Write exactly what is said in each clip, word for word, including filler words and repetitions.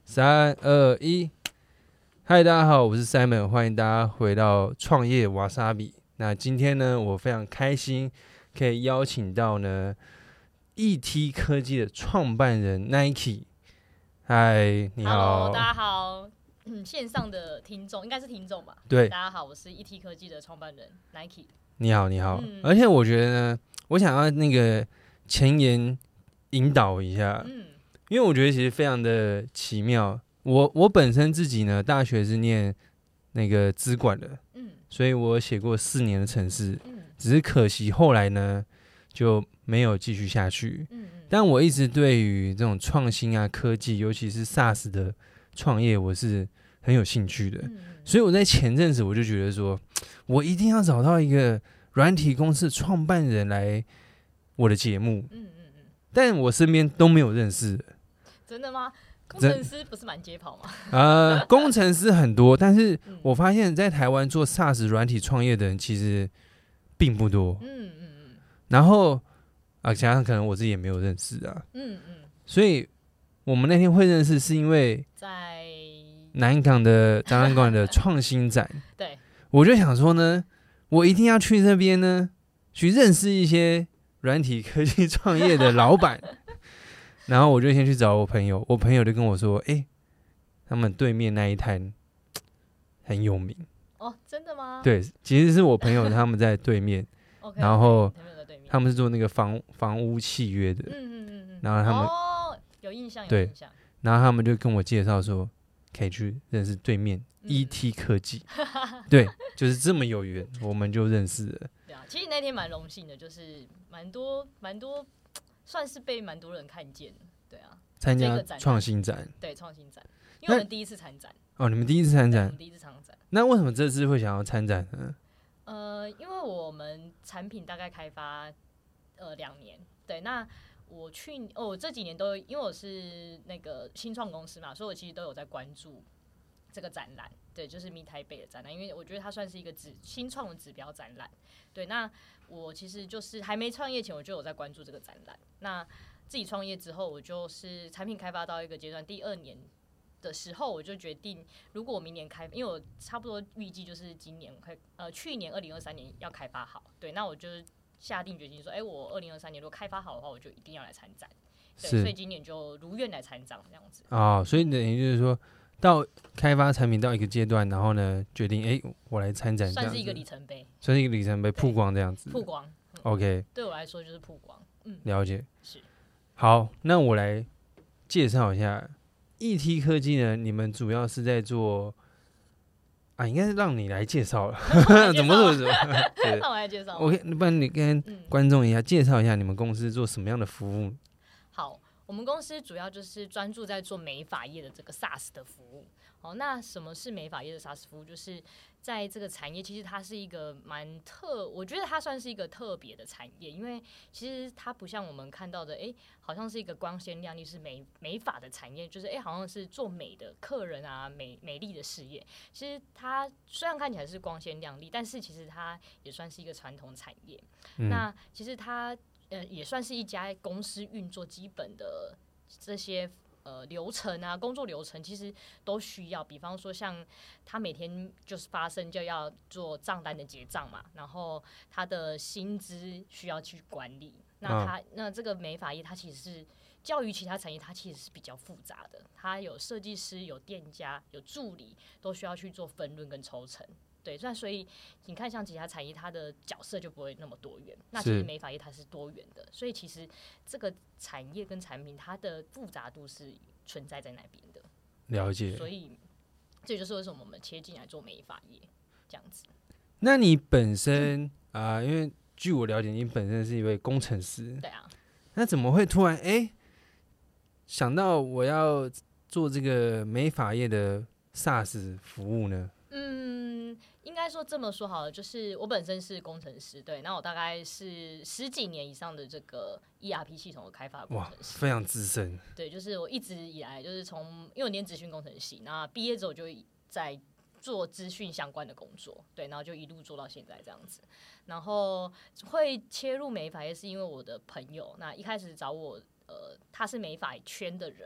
三二一，嗨，大家好，我是 Simon， 欢迎大家回到创业瓦萨比。那今天呢，我非常开心可以邀请到呢 E T 科技的创办人 Nike。嗨，你好。 Hello， 大家好。嗯，线上的听众应该是听众吧？ 对， 大家好，我是 E T 科技的创办人 Nike。 你好，你好。 嗯、 而且我觉得呢，我想要那个前言引导一下，嗯，因为我觉得其实非常的奇妙。我我本身自己呢，大学是念那个资管的，嗯，所以我写过四年的程式，嗯，只是可惜后来呢就没有继续下去。嗯嗯，但我一直对于这种创新啊、科技，尤其是 SaaS 的创业，我是很有兴趣的。嗯，所以我在前阵子我就觉得说，我一定要找到一个软体公司创办人来我的节目。嗯嗯嗯，但我身边都没有认识的。 真的吗？工程师不是满街跑吗？ 呃，工程师很多，但是我发现，在台湾做 SaaS 软体创业的人其实并不多。嗯嗯嗯。然后啊，加上可能我自己也没有认识啊。嗯嗯。所以我们那天会认识，是因为在南港的展览馆的创新展。 对。 我就想说呢，我一定要去这边呢，去认识一些软体科技创业的老板。然后我就先去找我朋友，我朋友就跟我说：“哎、欸，他们对面那一摊很有名。” 哦，真的吗？ 对，其实是我朋友他们在对面， okay, 然后 okay, 他们是做那个房房屋契约的，嗯嗯嗯嗯，然后他们哦有印象， 对， 有印象， 然后他们就跟我介绍说，可以去认识对面、嗯、E T 科技，对，就是这么有缘，我们就认识了。 对啊，其实那天蛮荣幸的，就是蛮多蛮多。算是被蛮多人看见的，对啊， 参加创新展， 对创新展，因为我们第一次参展。 哦，你们第一次参展， 我们第一次参展。 那为什么这次会想要参展呢？ 呃，因为我们产品大概开发呃两年，对，那我去哦，我这几年都因为我是那个新创公司嘛，所以我其实都有在关注这个展览，对，就是 Meet 台北的展览，因为我觉得它算是一个指新创的指标展览，对，那我其实就是还没创业前我就有在关注这个展览，那自己创业之后，我就是产品开发到一个阶段，第二年的时候我就决定，如果我明年开，因为我差不多预计就是今年开，呃，去年二零二三年要开发好，对，那我就下定决心说，哎、欸，我二零二三年如果开发好的话，我就一定要来参展，对，所以今年就如愿来参展这样子。 哦，所以等于就是说。到开发产品到一个阶段，然后呢，决定哎、欸，我来参展， 算是一个里程碑， 算是一个里程碑，曝光这样子。 曝光、嗯、 ，OK， 对我来说就是曝光，嗯， 了解。 是。 好，那我来介绍一下 E T 科技呢，你们主要是在做啊，应该是让你来介绍了，怎么怎么怎么， 让我来介绍。 OK， 不然你跟观众一下、嗯、介绍一下你们公司做什么样的服务。 好。我们公司主要就是专注在做美发业的这个 SaaS 的服务。好，那什么是美发业的 SaaS 服务？就是在这个产业，其实它是一个蛮特，我觉得它算是一个特别的产业，因为其实它不像我们看到的，哎、欸，好像是一个光鲜亮丽是美美发的产业，就是哎、欸，好像是做美的客人啊，美美丽的事业。其实它虽然看起来是光鲜亮丽，但是其实它也算是一个传统产业。嗯、那其实它。呃，也算是一家公司运作基本的这些呃流程啊，工作流程其实都需要。比方说，像他每天就是发生就要做账单的结账嘛，然后他的薪资需要去管理。那他、嗯、那这个美发业，它其实是较于其他产业，它其实是比较复杂的。它有设计师、有店家、有助理，都需要去做分论跟抽成。对，那所以你看，像其他产业，它的角色就不会那么多元。那其实美发业它是多元的，所以其实这个产业跟产品它的复杂度是存在在那边的。 了解。 所以这就是为什么我们切进来做美发业这样子。 那你本身啊、呃，因为据我了解，你本身是一位工程师。 对啊。 那怎么会突然哎、欸、想到我要做这个美发业的 SaaS 服务呢？ 嗯，应该说这么说好了，就是我本身是工程师，对，那我大概是十几年以上的这个 E R P 系统的开发工程师， 非常资深。 对，就是我一直以来就是从，因为我念资讯工程系，那毕业之后就在做资讯相关的工作，对，然后就一路做到现在这样子。然后会切入美发业是因为我的朋友，那一开始找我，呃，他是美发圈的人。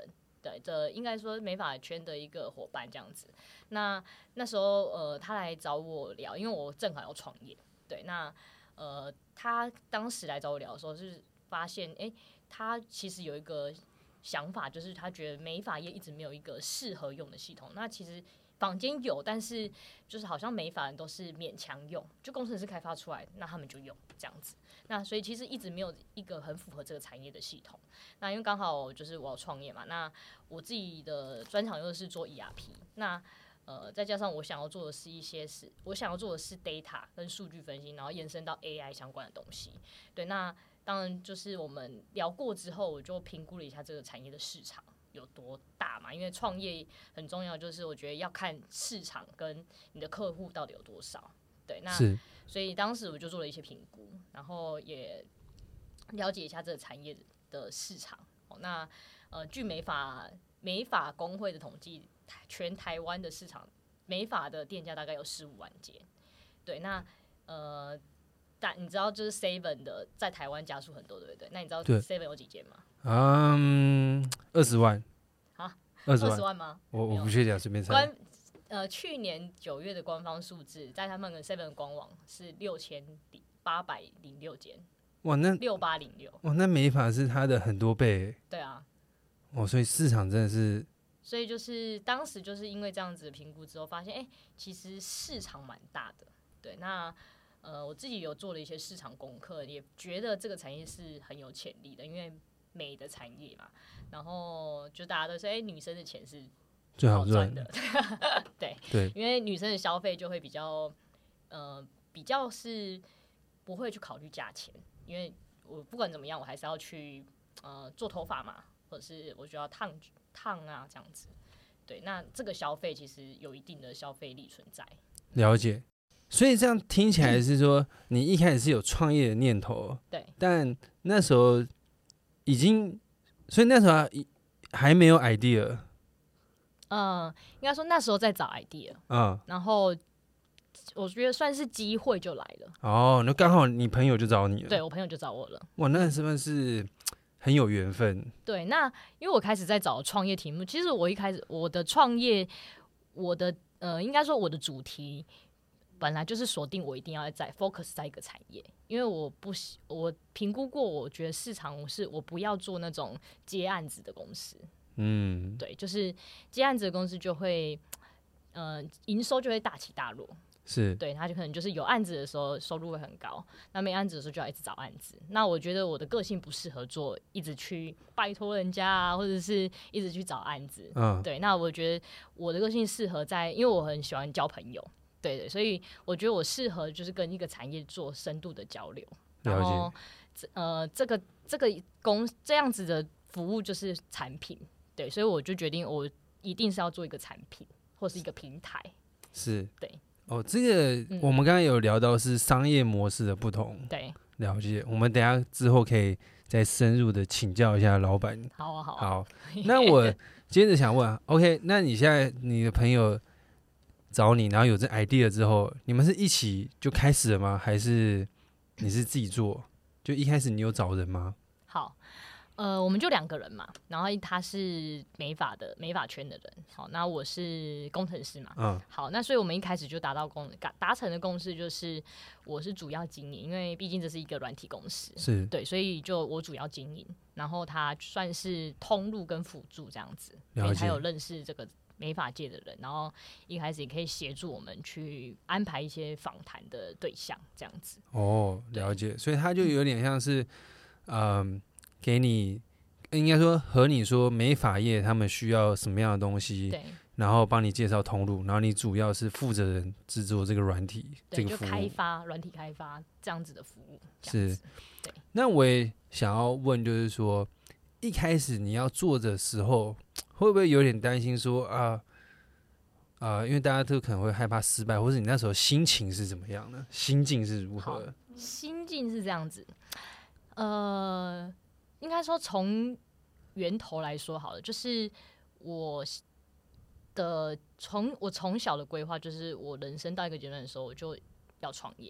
对的，应该说美发圈的一个伙伴这样子。那那时候呃，他来找我聊，因为我正好要创业。对，那呃，他当时来找我聊的时候，是发现哎、欸，他其实有一个想法，就是他觉得美发业一直没有一个适合用的系统。那其实坊间有，但是就是好像美发人都是勉强用，就工程师开发出来，那他们就用这样子。那所以其实一直没有一个很符合这个产业的系统。那因为刚好就是我要创业嘛，那我自己的专长又是做 E R P， 那呃再加上我想要做的是一些是，我想要做的是 data 跟数据分析，然后延伸到 A I 相关的东西。对，那当然就是我们聊过之后，我就评估了一下这个产业的市场有多大嘛，因为创业很重要，就是我觉得要看市场跟你的客户到底有多少。对，那所以当时我就做了一些评估，然后也了解一下这个产业的市场。那呃，据美发美发工会的统计，全台湾的市场美发的店家大概有十五万间。对，那呃，但你知道就是 Seven 的在台湾家数很多，对不对？那你知道 Seven 有几间吗？ 嗯，二十万啊， 二十万吗？ 我我不确定，随便猜。 呃，去年九月的官方数字，在他们的 Seven 官网是六千八百零六间。 哇，那六八零六， 哇，那美发是它的很多倍。 对啊， 哦，所以市场真的是， 所以就是当时就是因为这样子的评估之后，发现哎、欸，其实市场蛮大的。对，那呃，我自己有做了一些市场功课，也觉得这个产业是很有潜力的，因为美的产业嘛，然后就大家都说，哎、欸，女生的钱是最好赚的，对对， 因为女生的消费就会比较呃比较是不会去考虑价钱，因为我不管怎么样，我还是要去呃做头发嘛，或者是我就要烫烫啊这样子。对，那这个消费其实有一定的消费力存在。 了解，所以这样听起来是说，你一开始是有创业的念头， 对， 但那时候已经，所以那时候还没有 idea。 嗯，应该说那时候在找 idea， 嗯， 然后我觉得算是机会就来了。 哦，那刚好你朋友就找你了。 对，我朋友就找我了。 哇，那是不是很有缘分？ 对，那因为我开始在找创业题目，其实我一开始我的创业，我的呃，应该说我的主题本来就是锁定我一定要在 focus 在一个产业，因为我不我评估过，我觉得市场是我不要做那种接案子的公司。嗯，对，就是接案子的公司就会，呃，营收就会大起大落。 是， 对，他就可能就是有案子的时候收入会很高，那没案子的时候就要一直找案子。那我觉得我的个性不适合做一直去拜托人家啊，或者是一直去找案子。嗯，对，那我觉得我的个性适合在，因为我很喜欢交朋友，对对，所以我觉得我适合就是跟一个产业做深度的交流。然后，呃，这个这个公这样子的服务就是产品。对，所以我就决定，我一定是要做一个产品或是一个平台。 是， 对， 哦，这个、嗯、我们刚刚有聊到是商业模式的不同， 对， 了解。我们等一下之后可以再深入的请教一下老板。 好啊，好啊。 好，那我接着想问，OK， 那你现在你的朋友找你，然后有这 idea 之后，你们是一起就开始了吗？还是你是自己做？就一开始你有找人吗？ 好。呃，我们就两个人嘛，然后他是美发的美发圈的人，好，那我是工程师嘛，嗯，好，那所以我们一开始就达到共达成的共识，就是我是主要经营，因为毕竟这是一个软体公司， 是对， 所以就我主要经营，然后他算是通路跟辅助这样子，因为他有认识这个美发界的人，然后一开始也可以协助我们去安排一些访谈的对象这样子。 哦，了解，所以他就有点像是，嗯。给你应该说和你说美发业他们需要什么样的东西， 对， 然后帮你介绍通路，然后你主要是负责人制作这个软体， 对， 这个服务就开发软体开发这样子的服务。 是， 对。 那我也想要问，就是说一开始你要做的时候，会不会有点担心说啊啊、呃，因为大家都可能会害怕失败，或者你那时候心情是怎么样的？心境是如何？ 心境是这样子，呃。应该说从源头来说好了，就是我的从我从小的规划就是我人生到一个阶段的时候我就要创业。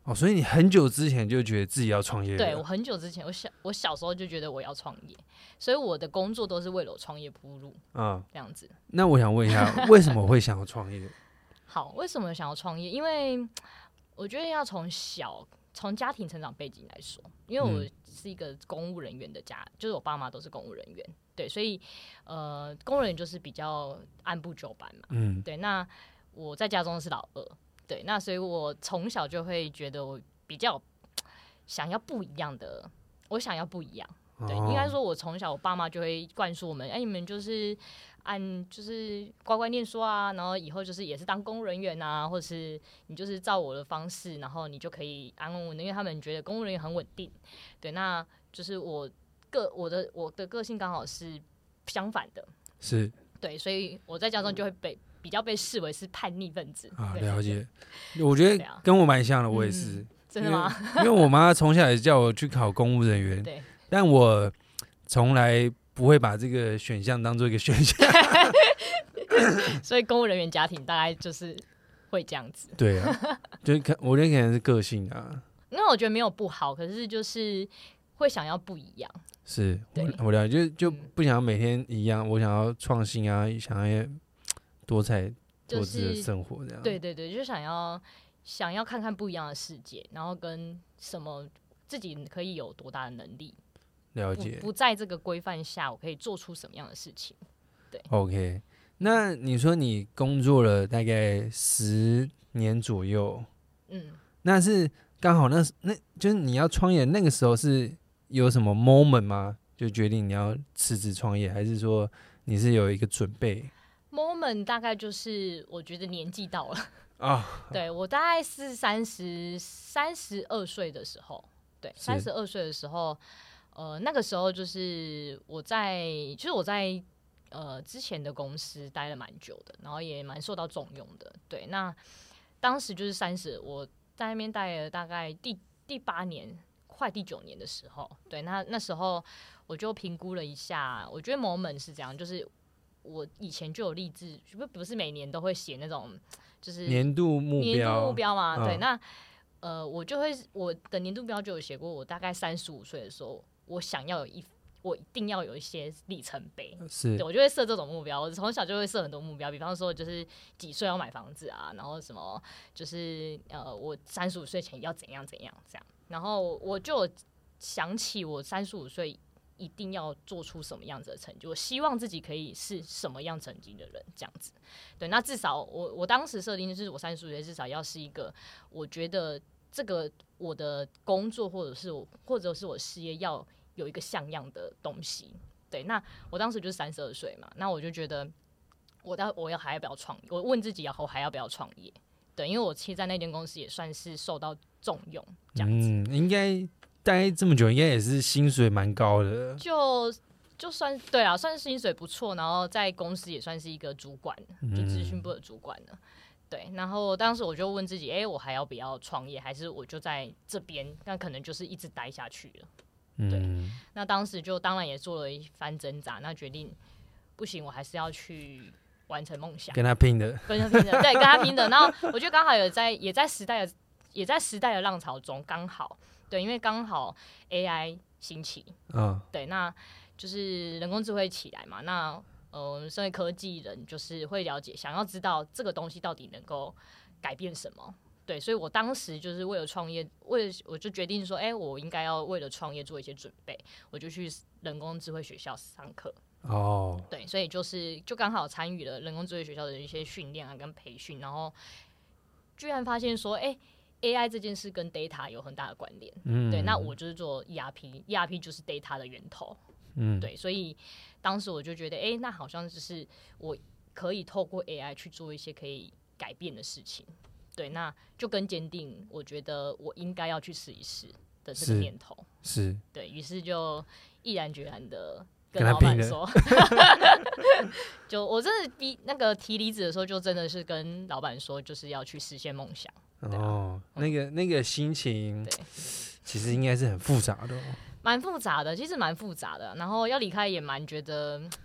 哦，所以你很久之前就觉得自己要创业了？ 对，我很久之前，我小我小时候就觉得我要创业，所以我的工作都是为了我创业铺路，嗯，这样子。 那我想问一下，为什么会想要创业？ 好，为什么想要创业？因为我觉得要从小从家庭成长背景来说，因为我是一个公务人员的家，就是我爸妈都是公务人员，对，所以呃，公务人员就是比较按部就班嘛，嗯，对。那我在家中是老二。对，那所以我从小就会觉得我比较想要不一样的，我想要不一样。对，哦、应该说，我从小我爸妈就会灌输我们，哎、欸，你们就是按就是乖乖念书啊，然后以后就是也是当公务人员啊，或者是你就是照我的方式，然后你就可以安安稳稳的，因为他们觉得公务人员很稳定。对，那就是我个我的我的个性刚好是相反的， 是对，所以我在家中就会被。比较被视为是叛逆分子啊，了解。我觉得跟我蛮像的，我也是。 嗯、真的吗？ 因为, 因为我妈从小也叫我去考公务人员， 对， 但我从来不会把这个选项当做一个选项。 所以公务人员家庭大概就是会这样子。 对啊，就我觉得可能是个性啊。 因为我觉得没有不好，可是就是会想要不一样。 是，我我了解，就就不想要每天一样，我想要创新啊，想要。多彩多姿的生活，这样、 就是、对对对，就想要想要看看不一样的世界，然后跟什么自己可以有多大的能力， 了解不, 不在这个规范下，我可以做出什么样的事情。对 ，OK。那你说你工作了大概十年左右，嗯，那是刚好那那就是你要创业那个时候是有什么 moment 吗？就决定你要辞职创业，还是说你是有一个准备 ？moment 大概就是我觉得年纪到了啊， oh. 对，我大概是三十三十二岁的时候，对，三十二岁的时候，呃，那个时候就是我在，就是我在呃之前的公司待了蛮久的，然后也蛮受到重用的，对，那当时就是三十，我在那边待了大概第第八年，快第九年的时候，对，那那时候我就评估了一下，我觉得 moment 是这样，就是。我以前就有立志，不不是每年都会写那种就是年度目标， 年度目标嘛？ 嗯、 对，那呃，我就会我的年度目标就有写过，我大概三十五岁的时候，我想要有一，我一定要有一些里程碑， 是， 对我就会设这种目标。我从小就会设很多目标，比方说就是几岁要买房子啊，然后什么就是呃，我三十五岁前要怎样怎样这样，然后我就想起我三十五岁。一定要做出什么样子的成绩，我希望自己可以是什么样成绩的人，这样子。对，那至少我我当时设定就是我三十五岁至少要是一个，我觉得这个我的工作或者是我或者是我事业要有一个像样的东西。对，那我当时就是三十二岁嘛，那我就觉得我要我要还要不要创业？我问自己，我还要不要创业？对，因为我其实在那间公司也算是受到重用，这样子。 嗯，应该。待这么久，应该也是薪水蛮高的。 就就算对啊，算是薪水不错，然后在公司也算是一个主管，就资讯部的主管了。嗯、对，然后当时我就问自己，哎、欸，我还要不要创业，还是我就在这边？那可能就是一直待下去了。对，嗯、那当时就当然也做了一番挣扎，那决定不行，我还是要去完成梦想， 跟他拼的， 跟他拼的，对，跟他拼的。然后我觉得刚好有在，也在时代的，也在时代的浪潮中，刚好。对，因为刚好 A I 兴起，嗯，对，那就是人工智慧起来嘛，那呃，身为科技人，就是会了解，想要知道这个东西到底能够改变什么。对，所以我当时就是为了创业，为了我就决定说，哎、欸，我应该要为了创业做一些准备，我就去人工智慧学校上课。哦，对，所以就是就刚好参与了人工智慧学校的一些训练啊跟培训，然后居然发现说，哎、欸。A I 这件事跟 data 有很大的关联，嗯，对，那我就是做 E R P，E R P 就是 data 的源头，嗯，对，所以当时我就觉得，哎、欸，那好像就是我可以透过 A I 去做一些可以改变的事情，对，那就更坚定，我觉得我应该要去试一试的这个念头， 是， 对，于是就毅然决然的跟老板说，就我真的逼那个提离职的时候，就真的是跟老板说，就是要去实现梦想。 哦，嗯、那个那个心情，其实应该是很复杂的、哦， 蛮复杂的，其实蛮复杂的。然后要离开也蛮觉得会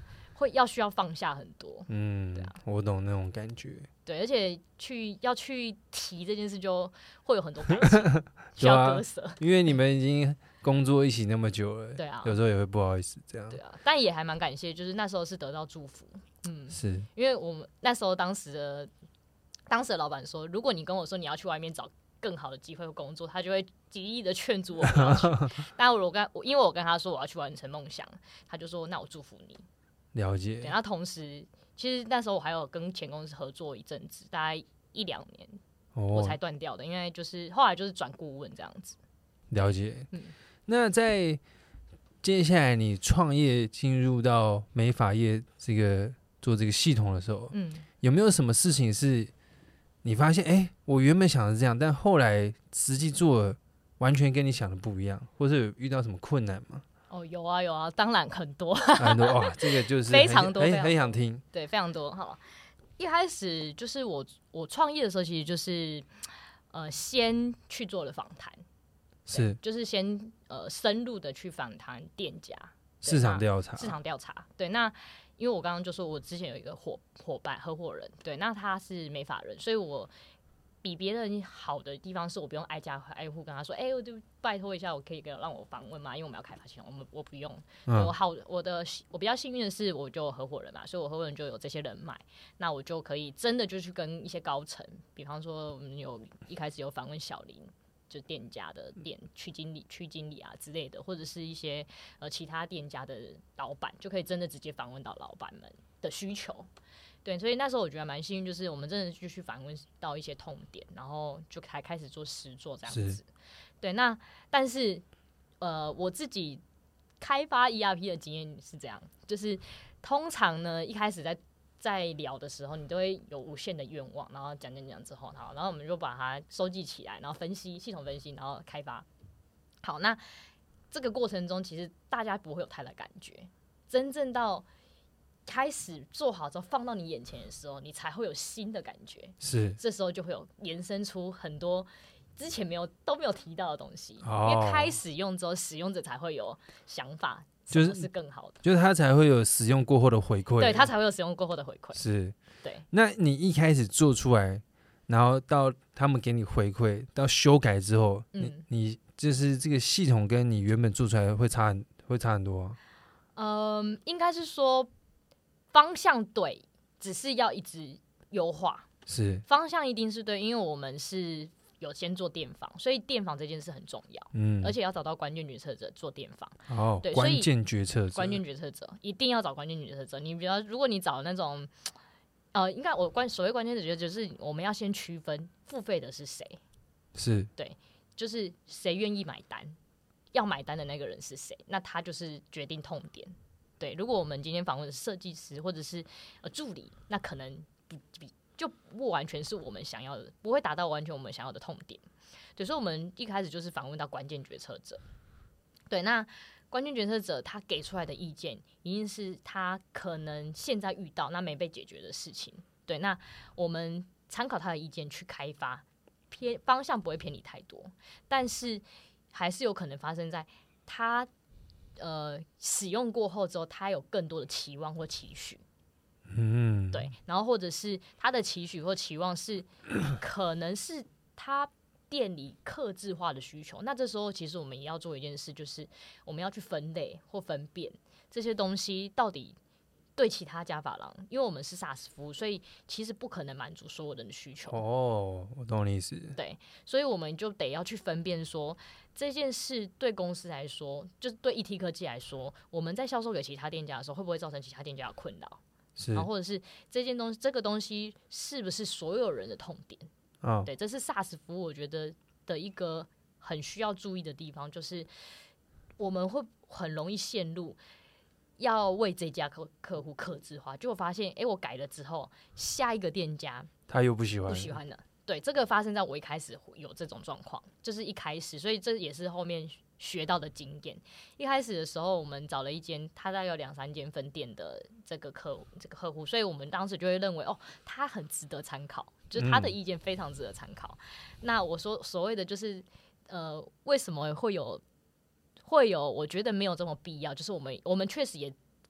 会要需要放下很多。 嗯，啊、我懂那种感觉。 对，而且去要去提这件事，就会有很多感情需要割舍、啊。 因为你们已经工作一起那么久了， 对啊， 有时候也会不好意思这样。 对啊，但也还蛮感谢，就是那时候是得到祝福。嗯， 是因为我们那时候当时的当时的老板说，如果你跟我说你要去外面找更好的机会工作，他就会极力的劝阻我不要去。但我跟因为我跟他说我要去完成梦想，他就说那我祝福你。 了解。 对，那同时其实那时候我还有跟前公司合作一阵子，大概一两年，哦、我才断掉的，因为就是后来就是转顾问这样子。 了解。 嗯， 那在接下来你创业进入到美发业这个做这个系统的时候，嗯，有没有什么事情是你发现，哎、欸，我原本想的是这样，但后来实际做了完全跟你想的不一样，或者有遇到什么困难吗？ 哦，有啊有啊，当然很多， 很多哇，这个就是非常多， 很很想听， 对，非常多。好，一开始就是我我创业的时候，其实就是呃先去做了访谈， 是就是先呃深入的去访谈店家， 市场调查， 市场调查。对，那因为我刚刚就说我之前有一个伙伙伴合伙人，对，那他是美发人，所以我比别人好的地方是我不用挨家挨户跟他说，哎、欸，我就拜托一下，我可以给让我访问吗？因为我们要开发系统，我们我不用。嗯、我好，我的我比较幸运的是，我就有合伙人嘛，所以我合伙人就有这些人脉，那我就可以真的就去跟一些高层，比方说我们有一开始有访问小林。就店家的店区经理、区经理啊之类的，或者是一些呃其他店家的老板，就可以真的直接访问到老板们的需求。对，所以那时候我觉得蛮幸运，就是我们真的就去访问到一些痛点，然后就才开始做实作这样子。对，那但是呃我自己开发 E R P 的经验是这样，就是通常呢一开始在在聊的时候，你都会有无限的愿望，然后讲讲讲之后，好，然后我们就把它收集起来，然后分析系统分析，然后开发。好，那这个过程中，其实大家不会有太大感觉，真正到开始做好之后，放到你眼前的时候，你才会有新的感觉。 是， 这时候就会有延伸出很多之前没有都没有提到的东西，哦、因为开始用之后，使用者才会有想法。就是是更好的， 就是他才会有使用过后的回馈， 对他才会有使用过后的回馈。 是， 对。 那你一开始做出来，然后到他们给你回馈，到修改之后，嗯、你你就是这个系统跟你原本做出来会差很会差很多、啊。 嗯，应该是说方向对，只是要一直优化。 是， 方向一定是对，因为我们是。有先做电访，所以电访这件事很重要，嗯，而且要找到关键决策者做电访， 哦，对，关键决策者， 关键决策者一定要找关键决策者。你比较，如果你找那种，呃，应该我关所谓关键决策者，就是我们要先区分付费的是谁， 是对，就是谁愿意买单，要买单的那个人是谁，那他就是决定痛点。对，如果我们今天访问的是设计师或者是呃助理，那可能比比。就不完全是我们想要的，不会达到完全我们想要的痛点。对，所以我们一开始就是访问到关键决策者。对，那关键决策者他给出来的意见，一定是他可能现在遇到那没被解决的事情。对，那我们参考他的意见去开发，偏方向不会偏离太多，但是还是有可能发生在他呃使用过后之后，他有更多的期望或期许。嗯，对，然后或者是他的期许或期望是，可能是他店里客制化的需求。那这时候其实我们也要做一件事，就是我们要去分类或分辨这些东西到底对其他家发廊，因为我们是 SaaS 服务，所以其实不可能满足所有人的需求。 哦，我懂你意思。 对，所以我们就得要去分辨说，这件事对公司来说，就是对 E T 科技来说，我们在销售给其他店家的时候，会不会造成其他店家的困扰？然后或者是这件东西，这个东西是不是所有人的痛点？哦、对，这是 SaaS 服务我觉得的一个很需要注意的地方，就是我们会很容易陷入要为这家客客户客制化，结果发现，哎，我改了之后，下一个店家他又不喜欢， 不喜欢了。对，这个发生在我一开始有这种状况，就是一开始，所以这也是后面学到的经验。一开始的时候，我们找了一间，他大概有两三间分店的这个客户，这个客户，所以我们当时就会认为，哦，他很值得参考，就是他的意见非常值得参考。嗯、那我说所谓的就是，呃，为什么会有会有？我觉得没有这么必要，就是我们我们确实也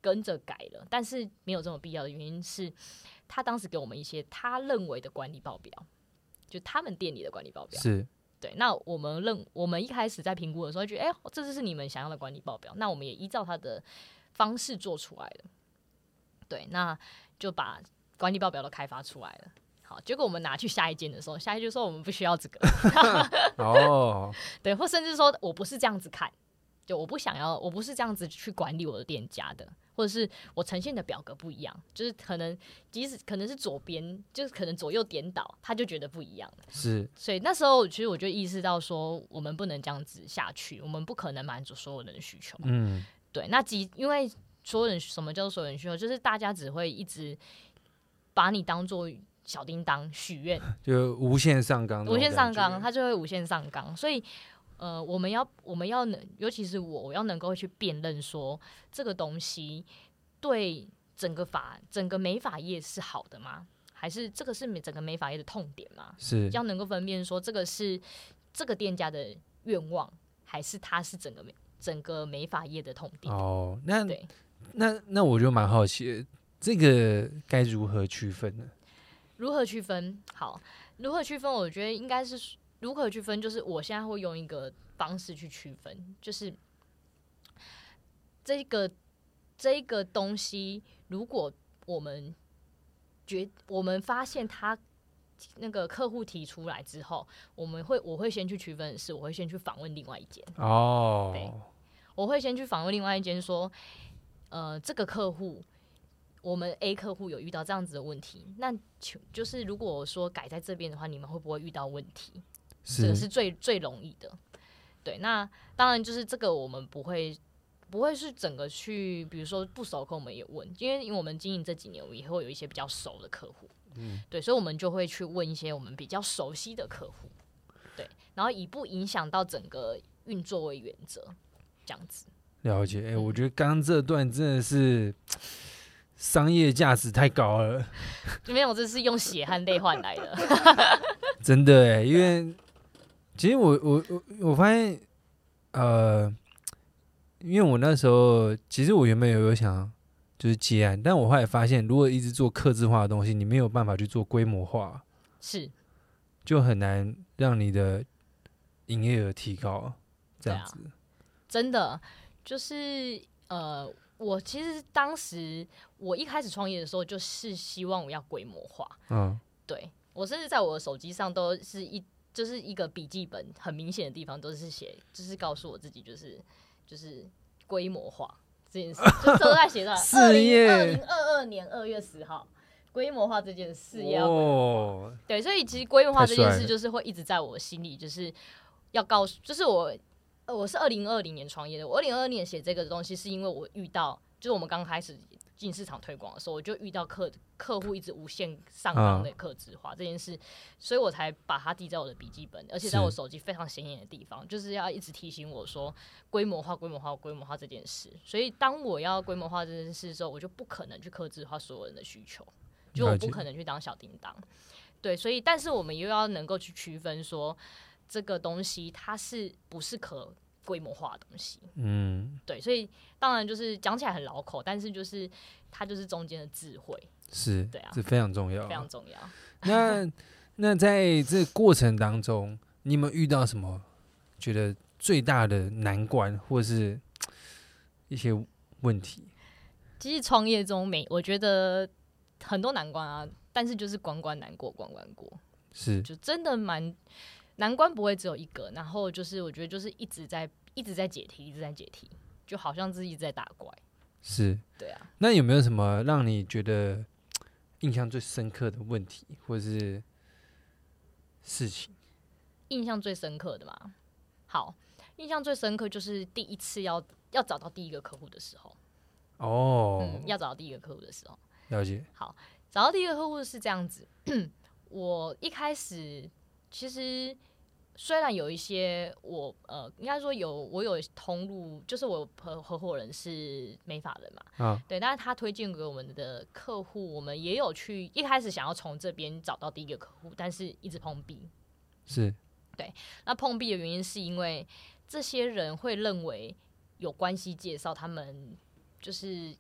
跟着改了，但是没有这么必要的原因是，他当时给我们一些他认为的管理报表，就他们店里的管理报表。 是， 对。那我们认，我们一开始在评估的时候，觉得，哎、欸，这就是你们想要的管理报表，那我们也依照他的方式做出来了。对，那就把管理报表都开发出来了。好，结果我们拿去下一间的时候，下一间就说我们不需要这个。哦，对，或甚至说我不是这样子看，就我不想要，我不是这样子去管理我的店家的，或者是我呈现的表格不一样，就是可能即使可能是左边，就是可能左右颠倒，他就觉得不一样。 是， 所以那时候其实我就意识到说，我们不能这样子下去，我们不可能满足所有人的需求。嗯，对，那即因为所有人，什么叫做所有人需求？就是大家只会一直把你当做小叮当许愿， 就无限上纲， 无限上纲，他就会无限上纲。所以，呃，我们要，我们要能，尤其是我，我要能够去辨认说，这个东西对整个法、整个美发业是好的吗？还是这个是整个美发业的痛点吗？ 是要能够分辨说，这个是这个店家的愿望，还是它是整个美整个美发业的痛点？ 哦，那对， 那那我就蛮好奇的，这个该如何区分呢？ 如何区分？好，如何区分？我觉得应该是如何区分，就是我现在会用一个方式去区分，就是这个这个东西，如果我们觉我们发现它那个客户提出来之后，我们会我会先去区分的是，我会先去访问另外一间哦，对，我会先去访问另外一间说，呃，这个客户。我们 A 客户有遇到这样子的问题，那就是如果我说改在这边的话，你们会不会遇到问题？这个是最最容易的。对，那当然就是这个我们不会不会是整个去，比如说不熟客我们也问，因为因为我们经营这几年，我们也会有一些比较熟的客户，嗯，对，所以我们就会去问一些我们比较熟悉的客户，对，然后以不影响到整个运作为原则，这样子。 了解，哎、欸，我觉得刚刚这段真的是。商业价值太高了， 没有，这是用血和泪换来的， 真的哎，因为其实我我我我发现，呃，因为我那时候其实我原本有有想就是接案，但我后来发现，如果一直做客制化的东西，你没有办法去做规模化， 是， 就很难让你的营业额提高，这样子， 啊、真的就是呃。我其实当时我一开始创业的时候，就是希望我要规模化。嗯，对，我甚至在我的手机上都是一就是一个笔记本，很明显的地方都是写，就是告诉我自己，就是就是规模化这件事，就都在写上。二零二零二二年二月十号，规模化这件事业要规模化。对，所以其实规模化这件事就是会一直在我心里，就是要告诉，就是我。呃，我是二零二零年创业的。我二零二二年写这个东西，是因为我遇到，就是我们刚开始进市场推广的时候，我就遇到客客户一直无限上纲的客制化这件事，所以我才把它记在我的笔记本，而且在我手机非常显眼的地方，就是要一直提醒我说规模化、规模化、规模化这件事。所以当我要规模化这件事的时候，我就不可能去客制化所有人的需求，就我不可能去当小叮当。对，所以但是我们又要能够去区分说。这个东西它是不是可规模化的东西？嗯，对，所以当然就是讲起来很老口，但是就是它就是中间的智慧， 是，对啊，这非常重要， 非常重要。 那那在这个过程当中，你有没有遇到什么觉得最大的难关，或是一些问题？ 其实创业中每我觉得很多难关啊，但是就是关关难过关关过， 是， 就真的蛮。难关不会只有一个，然后就是我觉得就是一直在一直在解题，一直在解题，就好像自己一直在打怪。 是， 对啊。 那有没有什么让你觉得印象最深刻的问题，或是事情？ 印象最深刻的嘛，好，印象最深刻就是第一次要要找到第一个客户的时候。哦。嗯，要找到第一个客户的时候。 了解。 好，找到第一个客户是这样子，我一开始。其实虽然有一些我呃，应该说有我有通路，就是我合合伙人是美发人嘛，啊，对，但是他推荐给我们的客户，我们也有去一开始想要从这边找到第一个客户，但是一直碰壁。 是， 对，那碰壁的原因是因为这些人会认为有关系介绍，他们就是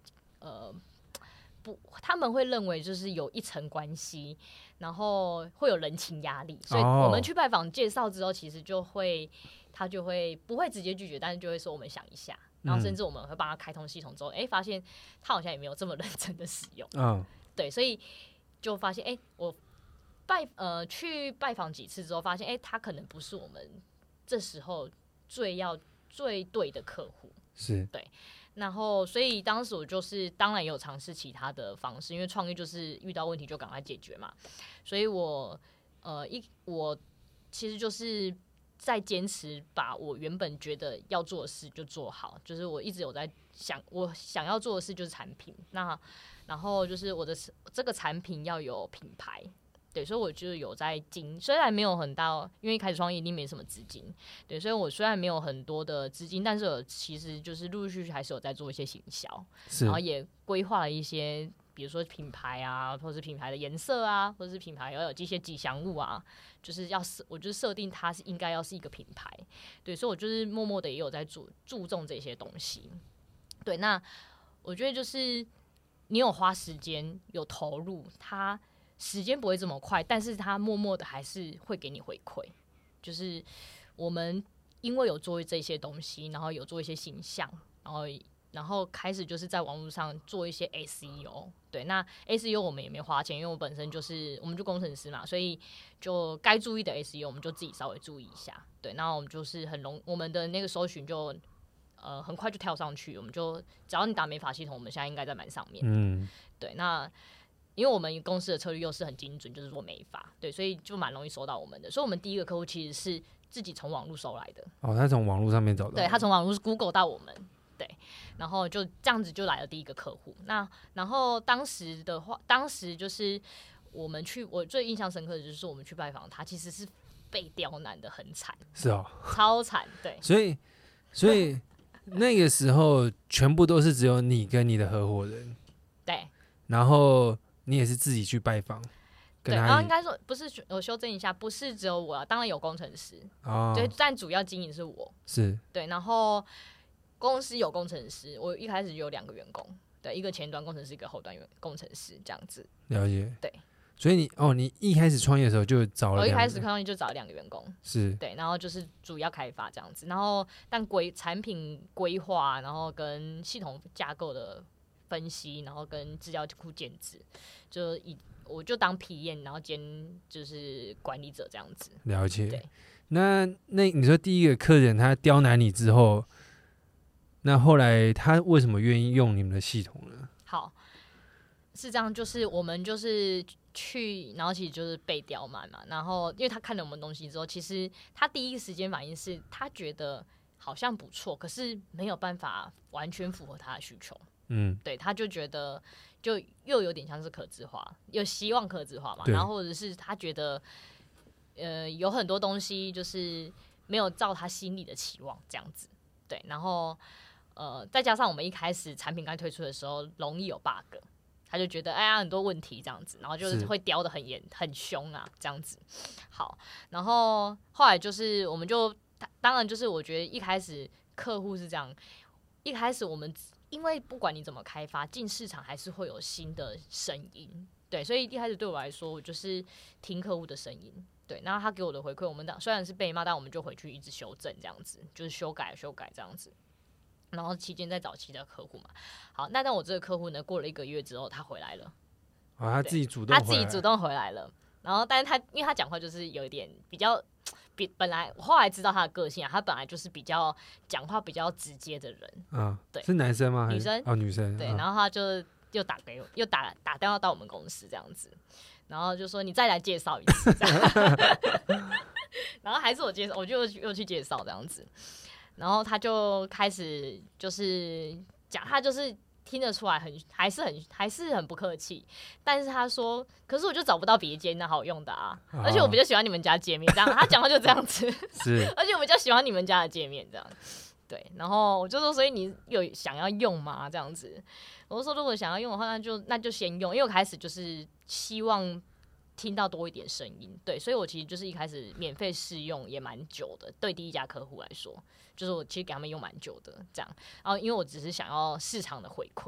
呃。不，他们会认为就是有一层关系，然后会有人情压力，所以我们去拜访介绍之后，其实就会他就会不会直接拒绝，但是就会说我们想一下，然后甚至我们会帮他开通系统之后，哎、欸，发现他好像也没有这么认真的使用，嗯，对，所以就发现哎、欸，我拜呃去拜访几次之后，发现哎、欸，他可能不是我们这时候最要最对的客户， 是对。然后，所以当时我就是当然也有尝试其他的方式，因为创业就是遇到问题就赶快解决嘛。所以我呃一我其实就是在坚持把我原本觉得要做的事就做好，就是我一直有在想我想要做的事就是产品，那然后就是我的这个产品要有品牌。对，所以我就有在经，虽然没有很大，因为一开始创业一定没什么资金，对，所以我虽然没有很多的资金，但是我其实就是陆陆续续还是有在做一些行销，然后也规划了一些，比如说品牌啊，或是品牌的颜色啊，或是品牌要有这些吉祥物啊，就是要我就是设定它是应该要是一个品牌，对，所以我就是默默的也有在注注重这些东西，对，那我觉得就是你有花时间有投入，它。时间不会这么快，但是他默默的还是会给你回馈。就是我们因为有做这些东西，然后有做一些形象，然后然后开始就是在网络上做一些 S E O。对，那 S E O 我们也没花钱，因为我本身就是我们就工程师嘛，所以就该注意的 S E O 我们就自己稍微注意一下。对，那我们就是很容我们的那个搜寻就呃很快就跳上去，我们就只要你打美发系统，我们现在应该在蛮上面。嗯，对，那。因为我们公司的策略又是很精准，就是做美发，对，所以就蛮容易收到我们的。所以我们第一个客户其实是自己从网络收来的。 哦，他从网络上面找到。 对，他从网络 Google 到我们，对，然后就这样子就来了第一个客户。那然后当时的话，当时就是我们去，我最印象深刻的就是我们去拜访他，其实是被刁难的很惨。 是哦， 超惨，对。 所以，所以那个时候全部都是只有你跟你的合伙人。 对。 然后。你也是自己去拜访， 对，然后应该说不是，我修正一下，不是只有我、啊，当然有工程师，哦，对，但主要经营是我， 是， 对，然后公司有工程师，我一开始就有两个员工，对，一个前端工程师，一个后端工程师，这样子， 了解， 对， 所以你哦，你一开始创业的时候就找了， 我一开始创业就找了两个员工， 是， 对，然后就是主要开发这样子，然后但规产品规划，然后跟系统架构的。分析，然后跟资料库建制，就以我就当 P M， 然后兼就是管理者这样子。 了解。对，那那你说第一个客人他刁难你之后，那后来他为什么愿意用你们的系统呢？ 好，是这样，就是我们就是去，然后其实就是被刁难嘛。然后因为他看了我们东西之后，其实他第一时间反应是他觉得好像不错，可是没有办法完全符合他的需求。嗯，对，他就觉得就又有点像是客制化，有希望客制化嘛，然后或者是他觉得呃有很多东西就是没有照他心里的期望这样子，对，然后呃再加上我们一开始产品刚推出的时候容易有 bug， 他就觉得哎呀很多问题这样子，然后就是会刁得很严很凶啊这样子。好，然后后来就是我们就当然就是我觉得一开始客户是这样，一开始我们。因为不管你怎么开发，进市场还是会有新的声音，对，所以一开始对我来说，我就是听客户的声音，对，然后他给我的回馈，我们虽然是被骂，但我们就回去一直修正，这样子，就是修改修改这样子。然后期间再找其他客户嘛，好，那但我这个客户呢，过了一个月之后，他回来了， 啊，他自己主动， 他自己主动回来了，然后但是他因为他讲话就是有一点比较。比本来我后来知道他的个性啊，他本来就是比较讲话比较直接的人， 嗯，对，是男生吗？ 女生哦，女生， 对， 嗯、 然后他就又打给我，又打打电话到我们公司这样子，然后就说你再来介绍一次，这样然后还是我介绍，我就又去介绍这样子，然后他就开始就是讲，他就是听得出来很还是很还是很不客气，但是他说，可是我就找不到别间那好用的啊，哦、而且我比较喜欢你们家界面，这样他讲话就这样子， 是， 而且我比较喜欢你们家的界面这样，对，然后我就说，所以你有想要用吗？这样子，我就说如果想要用的话，那就那就先用，因为我开始就是希望。听到多一点声音，对，所以我其实就是一开始免费试用也蛮久的，对第一家客户来说，就是我其实给他们用蛮久的这样，然后因为我只是想要市场的回馈，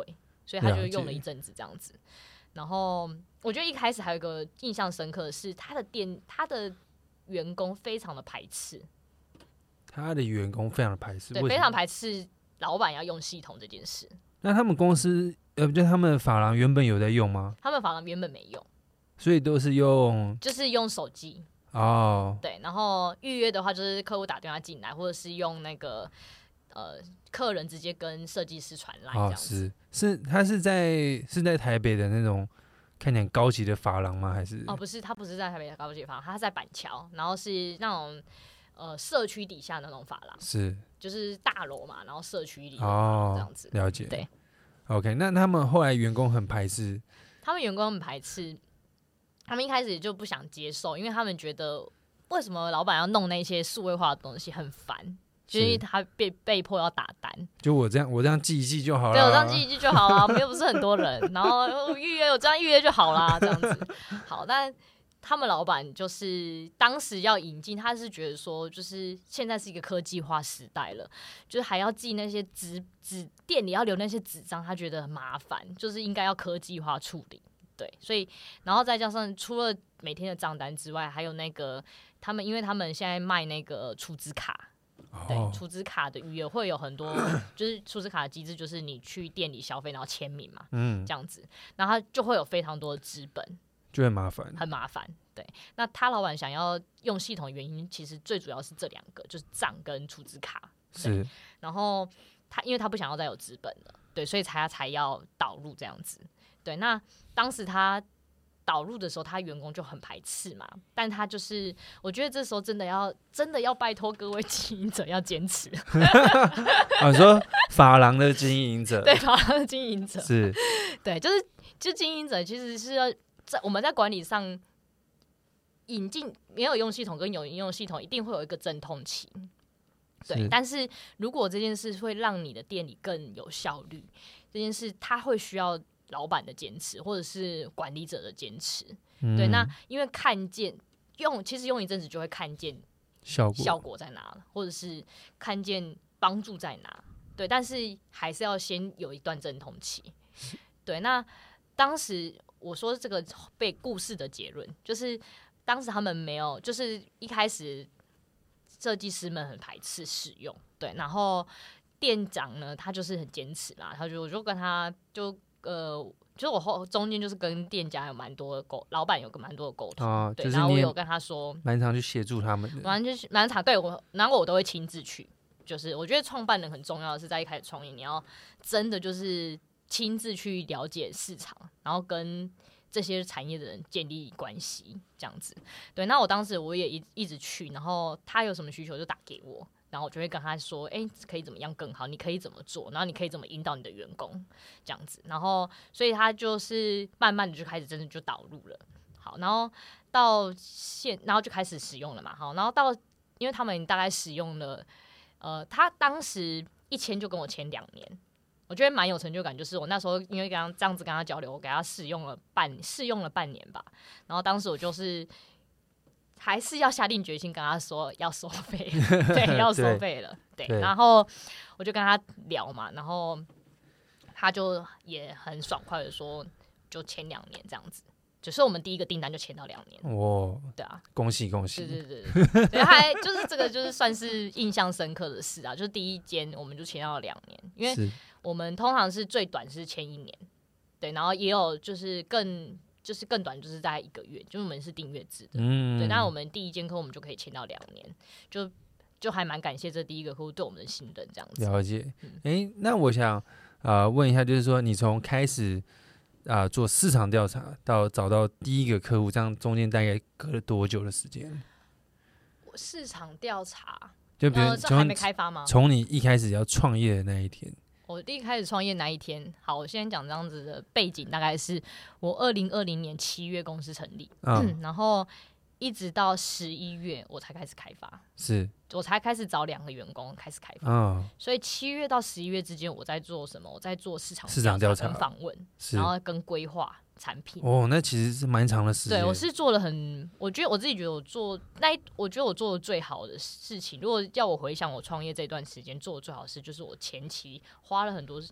所以他就用了一阵子这样子。然后我觉得一开始还有一个印象深刻的是，他的店他的员工非常的排斥， 他的员工非常的排斥， 对，非常排斥老板要用系统这件事。 那他们公司呃，就他们的发廊原本有在用吗？ 他们发廊原本没用， 所以都是用就是用手机哦。 对，然后预约的话就是客户打电话进来，或者是用那个呃客人直接跟设计师传来这样子。 哦、是是，他是在是在台北的那种看起来很高级的发廊吗？还是？ 哦，不是，他不是在台北的高级发廊，他在板桥，然后是那种呃社区底下的那种发廊， 是就是大楼嘛，然后社区里哦这样子。 了解。 对 ，OK， 那他们后来员工很排斥， 他们员工很排斥，他们一开始就不想接受，因为他们觉得为什么老板要弄那些数位化的东西很烦。就是因为他被被迫要打单， 就我这样，我这样记一记就好了。 对，我这样记一记就好了。我们又不是很多人，然后预约我这样预约就好啦，这样子。好，但他们老板就是当时要引进，他是觉得说，就是现在是一个科技化时代了，就是还要记那些纸纸店里要留那些纸张，他觉得很麻烦，就是应该要科技化处理。对，所以然后再加上除了每天的账单之外，还有那个他们，因为他们现在卖那个储值卡。对，储值卡的预约会有很多，就是储值卡的机制，就是你去店里消费，然后签名嘛，嗯，这样子，然后他就会有非常多的资本， 就很麻烦， 很麻烦。对，那他老板想要用系统的原因，其实最主要是这两个，就是账跟储值卡。 是， 然后他因为他不想要再有资本了，对，所以才才要导入这样子。对，那当时他导入的时候，他员工就很排斥嘛，但他就是，我觉得这时候真的要真的要拜托各位经营者要坚持。 啊，你说发廊的经营者， 对，发廊的经营者是， 对，就是就经营者其实是要在我们在管理上引进没有用系统跟有用系统，一定会有一个阵痛期。对，但是如果这件事会让你的店里更有效率，这件事它会需要老板的坚持，或者是管理者的坚持，嗯、对，那因为看见用，其实用一阵子就会看见效果效果在哪了，或者是看见帮助在哪，对，但是还是要先有一段阵痛期，对。那当时我说这个被故事的结论，就是当时他们没有，就是一开始设计师们很排斥使用，对，然后店长呢，他就是很坚持嘛，他就我就跟他就。呃，就是我后中间就是跟店家有蛮多的沟，老板有个蛮多的沟通，哦、对，然后我有跟他说， 蛮常去协助他们的， 蛮就是蛮常对我，然后我都会亲自去，就是我觉得创办人很重要的是在一开始创业，你要真的就是亲自去了解市场，然后跟这些产业的人建立关系，这样子。对，那我当时我也一一直去，然后他有什么需求就打给我。然后我就会跟他说，哎、欸，可以怎么样更好？你可以怎么做？然后你可以怎么引导你的员工，这样子。然后，所以他就是慢慢的就开始真的就导入了。好，然后到现，然后就开始使用了嘛。好，然后到，因为他们大概使用了，呃，他当时一签就跟我签两年，我觉得蛮有成就感。就是我那时候因为跟他这样子跟他交流，我给他试用了半试用了半年吧。然后当时我就是。还是要下定决心跟他说要收费，对，要收费了，对, 对。然后我就跟他聊嘛，然后他就也很爽快的说，就签两年这样子。就是我们第一个订单就签到两年，哇，对啊， 恭喜恭喜！ 对对对对，对还就是这个就是算是印象深刻的事啊，就是第一间我们就签到了两年，因为我们通常是最短是签一年，对，然后也有就是更。就是更短，就是大概一个月，就是我们是订阅制的，嗯，对。那我们第一间客户我们就可以签到两年，就就还蛮感谢这第一个客户对我们的信任，这样子。 了解。哎、嗯欸，那我想呃问一下，就是说你从开始啊、呃、做市场调查到找到第一个客户，这样中间大概隔了多久的时间？ 我市场调查， 就比如呃，这还没开发吗？ 从你一开始要创业的那一天。 我一开始创业那一天，好，我先讲这样子的背景，大概是我二零二零年七月公司成立，嗯，然后一直到十一月我才开始开发， 是， 我才开始找两个员工开始开发，嗯，所以七月到十一月之间我在做什么？我在做市场市场调查、 跟访问，然后跟规划产品。 哦，那其实是蛮长的时间。 对，我是做了很，我觉得我自己觉得我做那，我觉得我做的最好的事情，如果要我回想我创业这段时间做的最好的事，就是我前期花了很多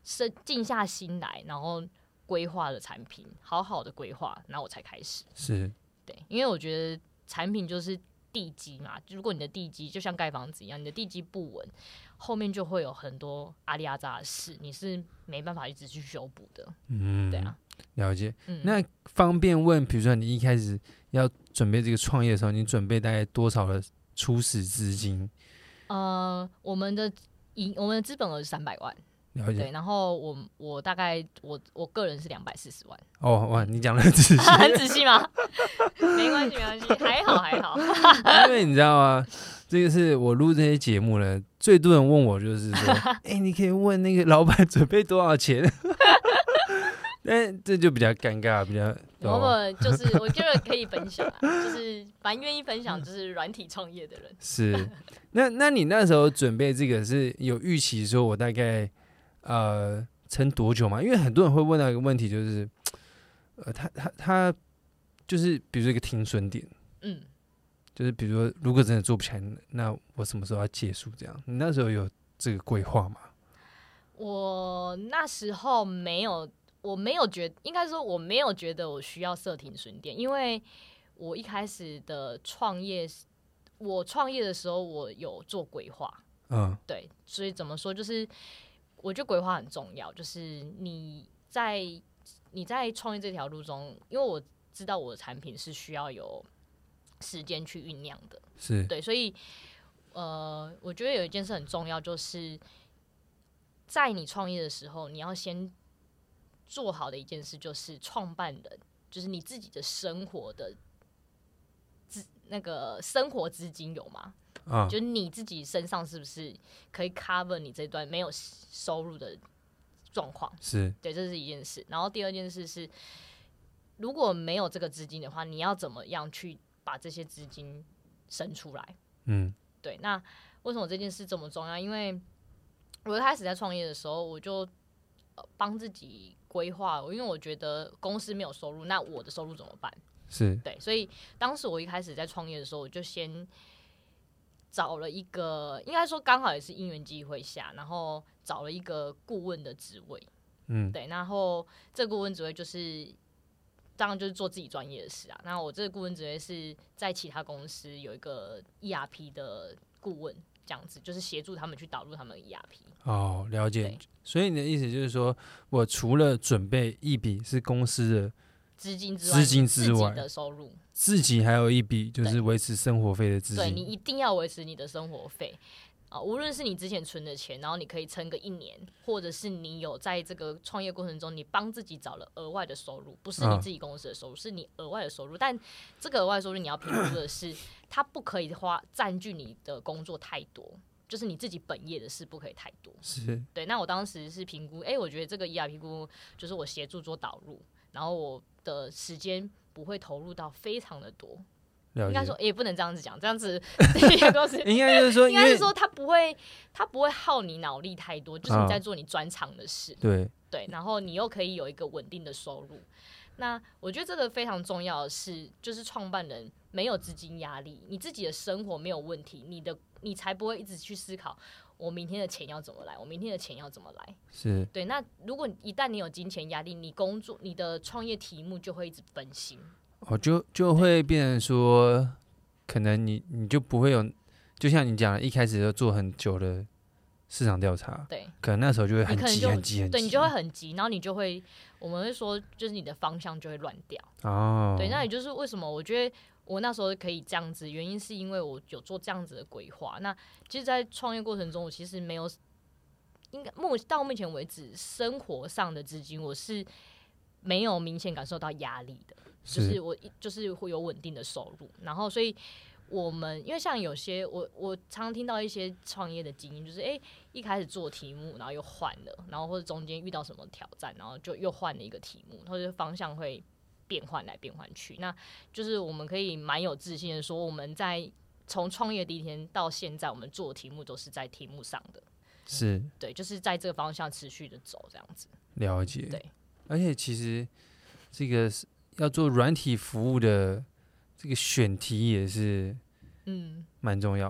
是静下心来，然后规划了产品，好好的规划，然后我才开始。 是， 对，因为我觉得产品就是地基嘛，如果你的地基就像盖房子一样，你的地基不稳，后面就会有很多阿里阿杂的事，你是没办法一直去修补的。 嗯， 对啊， 了解。 嗯、 那方便问，比如说你一开始要准备这个创业的时候，你准备大概多少的初始资金？ 呃，我们的营我们的资本额是三百万。 了解。 对，然后我我大概我我个人是两百四十万。 哦，哇，你讲的很仔细， 很仔细吗？没关系，没关系，还好还好。 因为你知道吗？这个是我录这些节目呢，最多人问我就是说，哎、欸，你可以问那个老板准备多少钱？但这就比较尴尬，比较。 我们就是我觉得可以分享啊，就是蛮愿意分享，就是软体创业的人。 是，那那你那时候准备这个是有预期说，我大概呃撑多久吗？因为很多人会问到一个问题，就是呃，他他他就是比如说一个停损点，嗯，就是比如说如果真的做不起来，那我什么时候要结束？这样，你那时候有这个规划吗？ 我那时候没有。我没有觉得，应该说我没有觉得我需要设停损点，因为我一开始的创业，我创业的时候我有做规划，嗯，对，所以怎么说，就是我觉得规划很重要，就是你在你在创业这条路中，因为我知道我的产品是需要有时间去酝酿的， 是对，所以呃，我觉得有一件事很重要，就是在你创业的时候，你要先做好的一件事就是创办人，就是你自己的生活的资那个生活资金有吗？啊，就是你自己身上是不是可以 cover 你这段没有收入的状况？ 是， 对，这是一件事。然后第二件事是，如果没有这个资金的话，你要怎么样去把这些资金生出来？嗯，对。那为什么这件事这么重要？因为我一开始在创业的时候，我就帮自己规划，因为我觉得公司没有收入，那我的收入怎么办？ 是， 对，所以当时我一开始在创业的时候，我就先找了一个，应该说刚好也是因缘际会下，然后找了一个顾问的职位，嗯，对，然后这个顾问职位就是当然就是做自己专业的事啊。那我这个顾问职位是在其他公司有一个 E R P 的顾问，这样子就是协助他们去导入他们的 E R P。 哦，了解。所以你的意思就是说，我除了准备一笔是公司的资金之外， 资金之外自己的收入， 自己还有一笔就是维持生活费的资金。 对，你一定要维持你的生活费啊，无论是你之前存的钱，然后你可以撑个一年，或者是你有在这个创业过程中，你帮自己找了额外的收入，不是你自己公司的收入，嗯、是你额外的收入。但这个额外收入你要评估的是，它不可以花占据你的工作太多。就是你自己本业的事不可以太多， 是对。 那我当时是评估，哎、欸，我觉得这个 E R P 估就是我协助做导入，然后我的时间不会投入到非常的多。应该说也、欸、不能这样子讲，这样子应该就是说， 应该是说它不会，它不会耗你脑力太多，就是你在做你专长的事， 啊、对对，然后你又可以有一个稳定的收入。那我觉得这个非常重要的是，就是创办人没有资金压力，你自己的生活没有问题，你的你才不会一直去思考我明天的钱要怎么来，我明天的钱要怎么来。 是对。那如果一旦你有金钱压力，你工作你的创业题目就会一直分心， 哦，就就会变成说，可能你你就不会有，就像你讲的，一开始就做很久的市场调查， 对， 可能那时候就会很急很急很急， 对，你就会很急，然后你就会，我们会说，就是你的方向就会乱掉。 哦， 对，那也就是为什么我觉得我那时候可以这样子，原因是因为我有做这样子的规划。那其实，在创业过程中，我其实没有，应该目到目前为止，生活上的资金我是没有明显感受到压力的，就是我就是会有稳定的收入，然后所以。我们因为像有些我我常常听到一些创业的经验，就是哎、欸、一开始做题目，然后又换了，然后或者中间遇到什么挑战，然后就又换了一个题目，或者方向会变换来变换去。那就是我们可以蛮有自信的说，我们在从创业第一天到现在，我们做的题目都是在题目上的， 是对，就是在这个方向持续的走，这样子。 了解， 对， 而且其实这个要做软体服务的。这个选题也是，嗯，蛮重要的。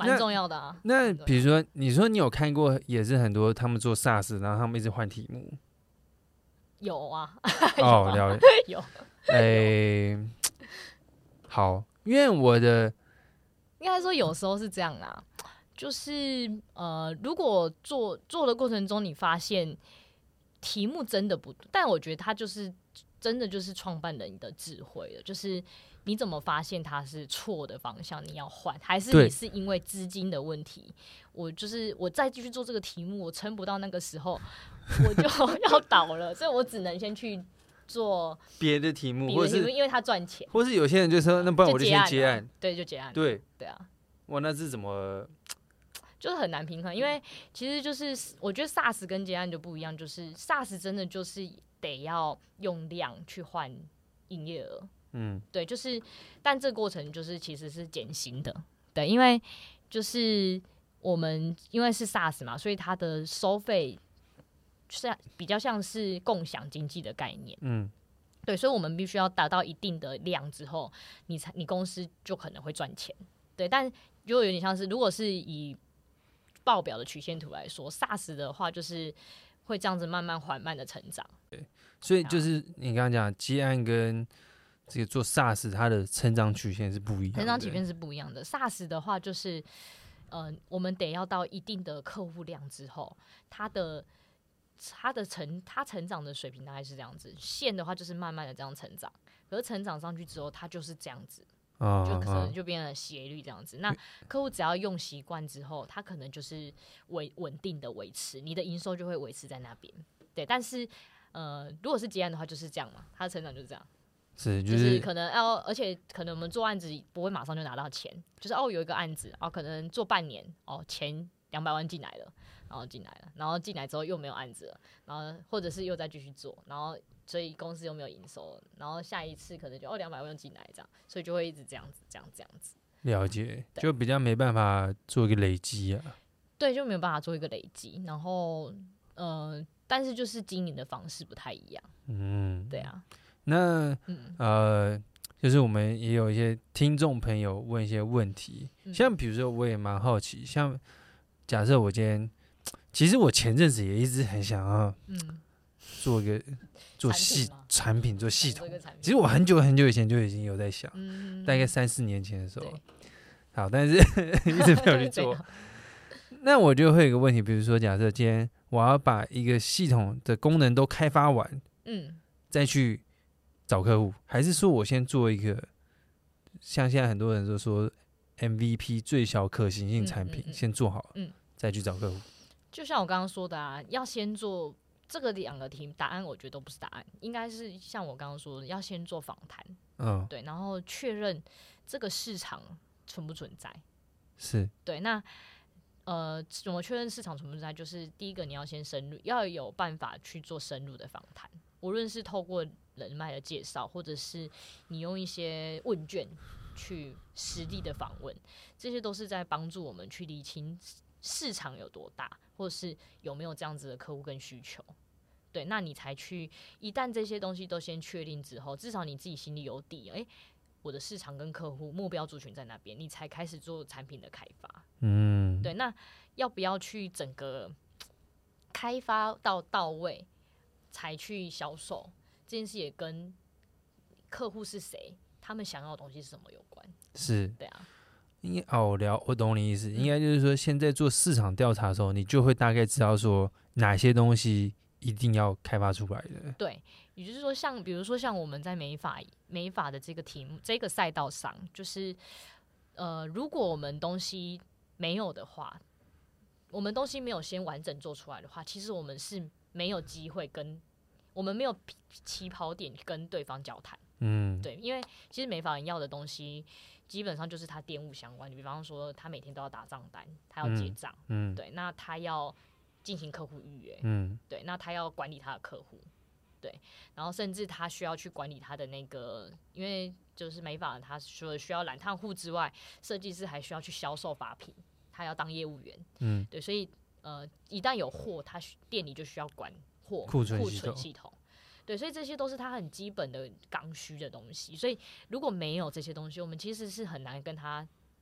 蛮重要的啊。 那比如说，你说你有看过，也是很多他们做 SaaS， 然后他们一直换题目。 有啊， 哦，了解。 有。 哎、欸，好，因为我的应该说有时候是这样啊，就是呃，如果做做的过程中你发现题目真的不对，但我觉得它就是真的就是创办人的智慧了，就是你怎么发现它是错的方向，你要换，还是你是因为资金的问题？我就是我再继续做这个题目，我撑不到那个时候，我就要倒了，所以我只能先去做别的题目， 或者是因为他赚钱， 或是有些人就说，那不然我就先接案， 对，就结案， 对对啊， 哇，那是怎么？ 就是很难平衡，因为其实就是我觉得 SaaS 跟接案就不一样，就是 SaaS 真的就是得要用量去换营业额，嗯，对，就是但这个过程就是其实是减薪的，对，因为就是我们因为是 SaaS 嘛，所以它的收费是比较像是共享经济的概念，嗯，对，所以我们必须要达到一定的量之后，你才你公司就可能会赚钱，对，但就有点像是如果是以报表的曲线图来说 ，SaaS 的话就是会这样子慢慢缓慢的成长。 对，所以就是你刚刚讲接案跟这个做 SaaS， 它的成长曲线是不一样的。 成长曲线是不一样的。SaaS 的话就是，呃，我们得要到一定的客户量之后，它的它的成它成长的水平大概是这样子。线的话就是慢慢的这样成长，可是成长上去之后，它就是这样子。就可能就变成斜率这样子，那客户只要用习惯之后，他可能就是稳稳定的维持，你的营收就会维持在那边。对，但是呃，如果是接案的话，就是这样嘛，他的成长就是这样， 是就、是、 就是可能要，而且可能我们做案子不会马上就拿到钱，就是哦有一个案子哦，可能做半年哦，钱两百万进来了，然后进来了，然后进来之后又没有案子了，然后或者是又再继续做，然后。所以公司又没有营收了，然后下一次可能就哦两百万进来这样，所以就会一直这样子，这样这样子。 了解，就比较没办法做一个累积啊。 对，就没有办法做一个累积，然后呃，但是就是经营的方式不太一样。嗯，对啊。 那、嗯、呃，就是我们也有一些听众朋友问一些问题，嗯、像比如说我也蛮好奇，像假设我今天，其实我前阵子也一直很想要，嗯。做一个做系产品做系统，其实我很久很久以前就已经有在想，嗯、大概三四年前的时候，好，但是一直没有去做。那我就会有一个问题，比如说，假设今天我要把一个系统的功能都开发完，嗯，再去找客户，还是说我先做一个像现在很多人都说 M V P 最小可行性产品，嗯嗯嗯先做好，嗯，再去找客户。 就像我刚刚说的啊，要先做。这个两个题答案我觉得都不是答案，应该是像我刚刚说的，要先做访谈，嗯，对，然后确认这个市场存不存在， 是对。那呃，怎么确认市场存不存在？就是第一个，你要先深入，要有办法去做深入的访谈，无论是透过人脉的介绍，或者是你用一些问卷去实地的访问，这些都是在帮助我们去理清市场有多大，或是有没有这样子的客户跟需求。对，那你才去，一旦这些东西都先确定之后，至少你自己心里有底，哎，我的市场跟客户目标族群在那边，你才开始做产品的开发。嗯，对，那要不要去整个开发到到位才去销售，这件事也跟客户是谁，他们想要的东西是什么有关。 是， 对啊。 应该哦，我了，我懂你意思。应该就是说，现在做市场调查的时候，你就会大概知道说哪些东西一定要开发出来的。 对，也就是说像，像比如说像我们在美发美发的这个题目、这个赛道上，就是呃，如果我们东西没有的话，我们东西没有先完整做出来的话，其实我们是没有机会跟我们没有起跑点跟对方交谈。嗯，对，因为其实美发人要的东西。基本上就是他店务相关，你比方说他每天都要打账单，他要结账，嗯嗯、对，那他要进行客户预约，嗯、对，那他要管理他的客户，对，然后甚至他需要去管理他的那个，因为就是美发，他除了需要揽烫户之外，设计师还需要去销售发品，他要当业务员，嗯、对，所以呃，一旦有货，他店里就需要管货库存系统。对，所以这些都是他很基本的刚需的东西，所以如果没有这些东西，我们其实是很难跟他进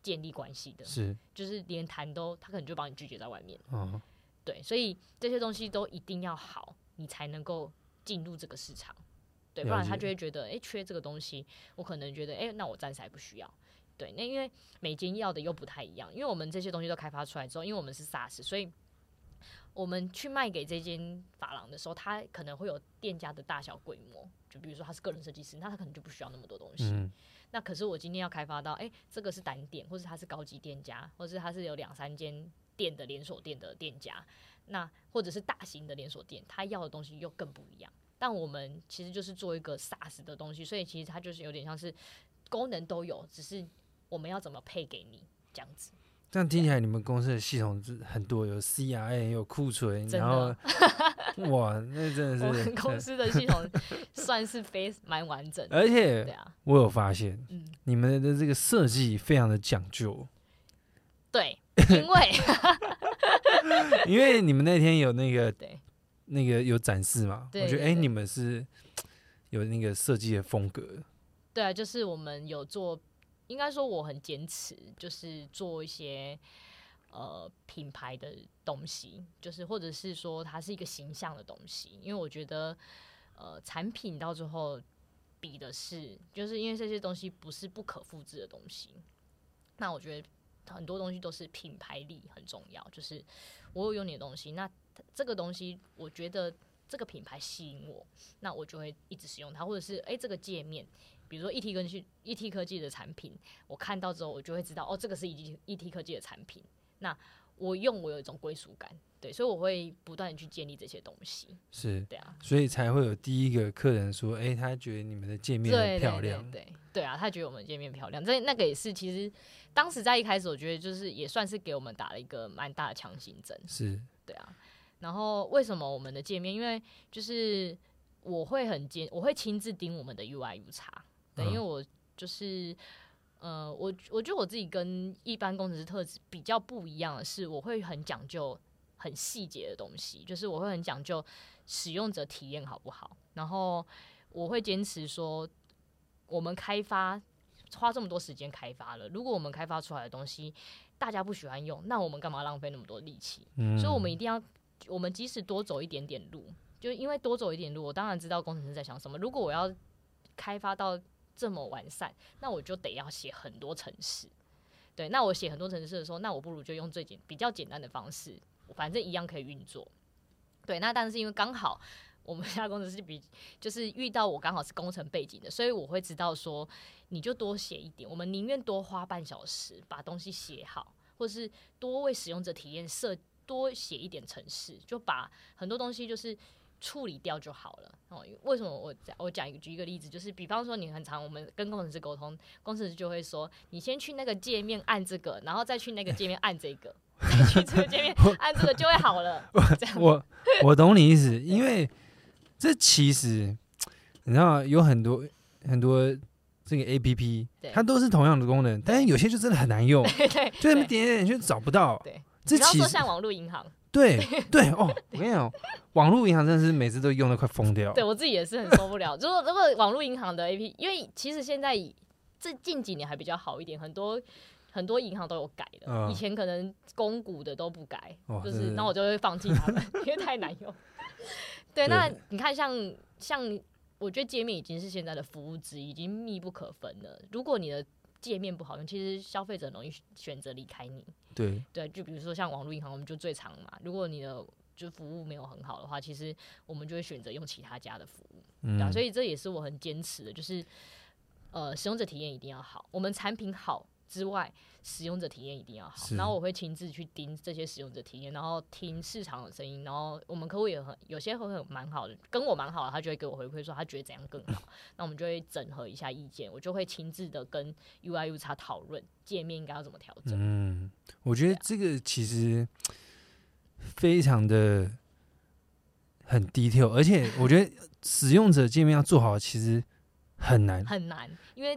建立关系的， 是， 就是连谈都他可能就把你拒绝在外面。 哦， 对，所以这些东西都一定要好，你才能够进入这个市场。对，不然他就会觉得，哎、欸，缺这个东西，我可能觉得，哎、欸，那我暂时还不需要。对，那因为每间要的又不太一样，因为我们这些东西都开发出来之后，因为我们是 SaaS， 所以我们去卖给这间发廊的时候，他可能会有店家的大小规模，就比如说他是个人设计师，那他可能就不需要那么多东西。嗯、那可是我今天要开发到，哎、欸，这个是单店，或是他是高级店家，或是他是有两三间店的连锁店的店家，那或者是大型的连锁店，他要的东西又更不一样。但我们其实就是做一个 SaaS 的东西，所以其实它就是有点像是功能都有，只是我们要怎么配给你这样子。 这样听起来，你们公司的系统很多，有 C R M， 有库存，然后哇，那真的是我们公司的系统算是非蛮完整的。 而且， 对啊， 我有发现，嗯、你们的这个设计非常的讲究。 对，因为因为你们那天有那个对。 那个有展示嘛？ 对对对， 我觉得哎、欸，你们是有那个设计的风格。 对啊，就是我们有做，应该说我很坚持，就是做一些呃品牌的东西，就是或者是说它是一个形象的东西，因为我觉得呃产品到最后比的是，就是因为这些东西不是不可复制的东西，那我觉得很多东西都是品牌力很重要，就是我有用你的东西，那这个东西我觉得这个品牌吸引我，那我就会一直使用它，或者是哎、欸、这个界面，比如说 E T 科技 E T 科技的产品，我看到之后我就会知道哦，这个是 E T 科技的产品，那我用我有一种归属感，对，所以我会不断的去建立这些东西， 是， 对啊， 所以才会有第一个客人说，哎、欸，他觉得你们的界面很漂亮， 对对 对, 对, 对啊，他觉得我们界面漂亮，这那个也是其实当时在一开始我觉得就是也算是给我们打了一个蛮大的强心针， 是， 对啊。然后为什么我们的界面？因为就是我会很坚，我会亲自盯我们的 U I U X， 对，嗯、因为我就是呃，我我觉得我自己跟一般工程师特质比较不一样的是，我会很讲究很细节的东西，就是我会很讲究使用者体验好不好，然后我会坚持说，我们开发花这么多时间开发了，如果我们开发出来的东西大家不喜欢用，那我们干嘛浪费那么多力气？嗯、所以我们一定要。我们即使多走一点点路，就因为多走一点路，我当然知道工程师在想什么。如果我要开发到这么完善，那我就得要写很多程式。对，那我写很多程式的时候，那我不如就用最简比较简单的方式，反正一样可以运作。对，那但是因为刚好我们家工程师比就是遇到我刚好是工程背景的，所以我会知道说，你就多写一点，我们宁愿多花半小时把东西写好，或是多为使用者体验设。多写一点程式，就把很多东西就是处理掉就好了。哦，为什么我我讲一个举一个例子，就是比方说你很常我们跟工程师沟通，工程师就会说，你先去那个界面按这个，然后再去那个界面按这个，再去这个界面按这个就会好了。这样我我懂你意思，因为这其实你知道有很多很多。这个 A P P 它都是同样的功能，但是有些就真的很难用， 对对， 就点点点就找不到。 对， 这比方说像网络银行， 对对哦，我跟你讲，网络银行真的是每次都用得快疯掉。 对我自己也是很受不了。如果如果网络银行的 A P P， 因为其实现在这近几年还比较好一点，很多很多银行都有改了，嗯、以前可能公股的都不改，哦、就是，然后我就会放弃他们，因为太难用。对，那你看像像。我觉得界面已经是现在的服务之一，已经密不可分了。如果你的界面不好用，其实消费者很容易选择离开你。 对对，就比如说像网络银行，我们就最常嘛。如果你的就服务没有很好的话，其实我们就会选择用其他家的服务。嗯、对啊，所以这也是我很坚持的，就是呃，使用者体验一定要好。我们产品好之外，使用者体验一定要好。然后我会亲自去盯这些使用者体验，然后听市场的声音。然后我们客户也很有些会很蛮好的，跟我蛮好的，他就会给我回馈说他觉得怎样更好。那我们就会整合一下意见，我就会亲自的跟 U I U X 讨论界面应该要怎么调整。 嗯，我觉得这个其实非常的很 detail， 而且我觉得使用者界面要做好其实很难很难，因为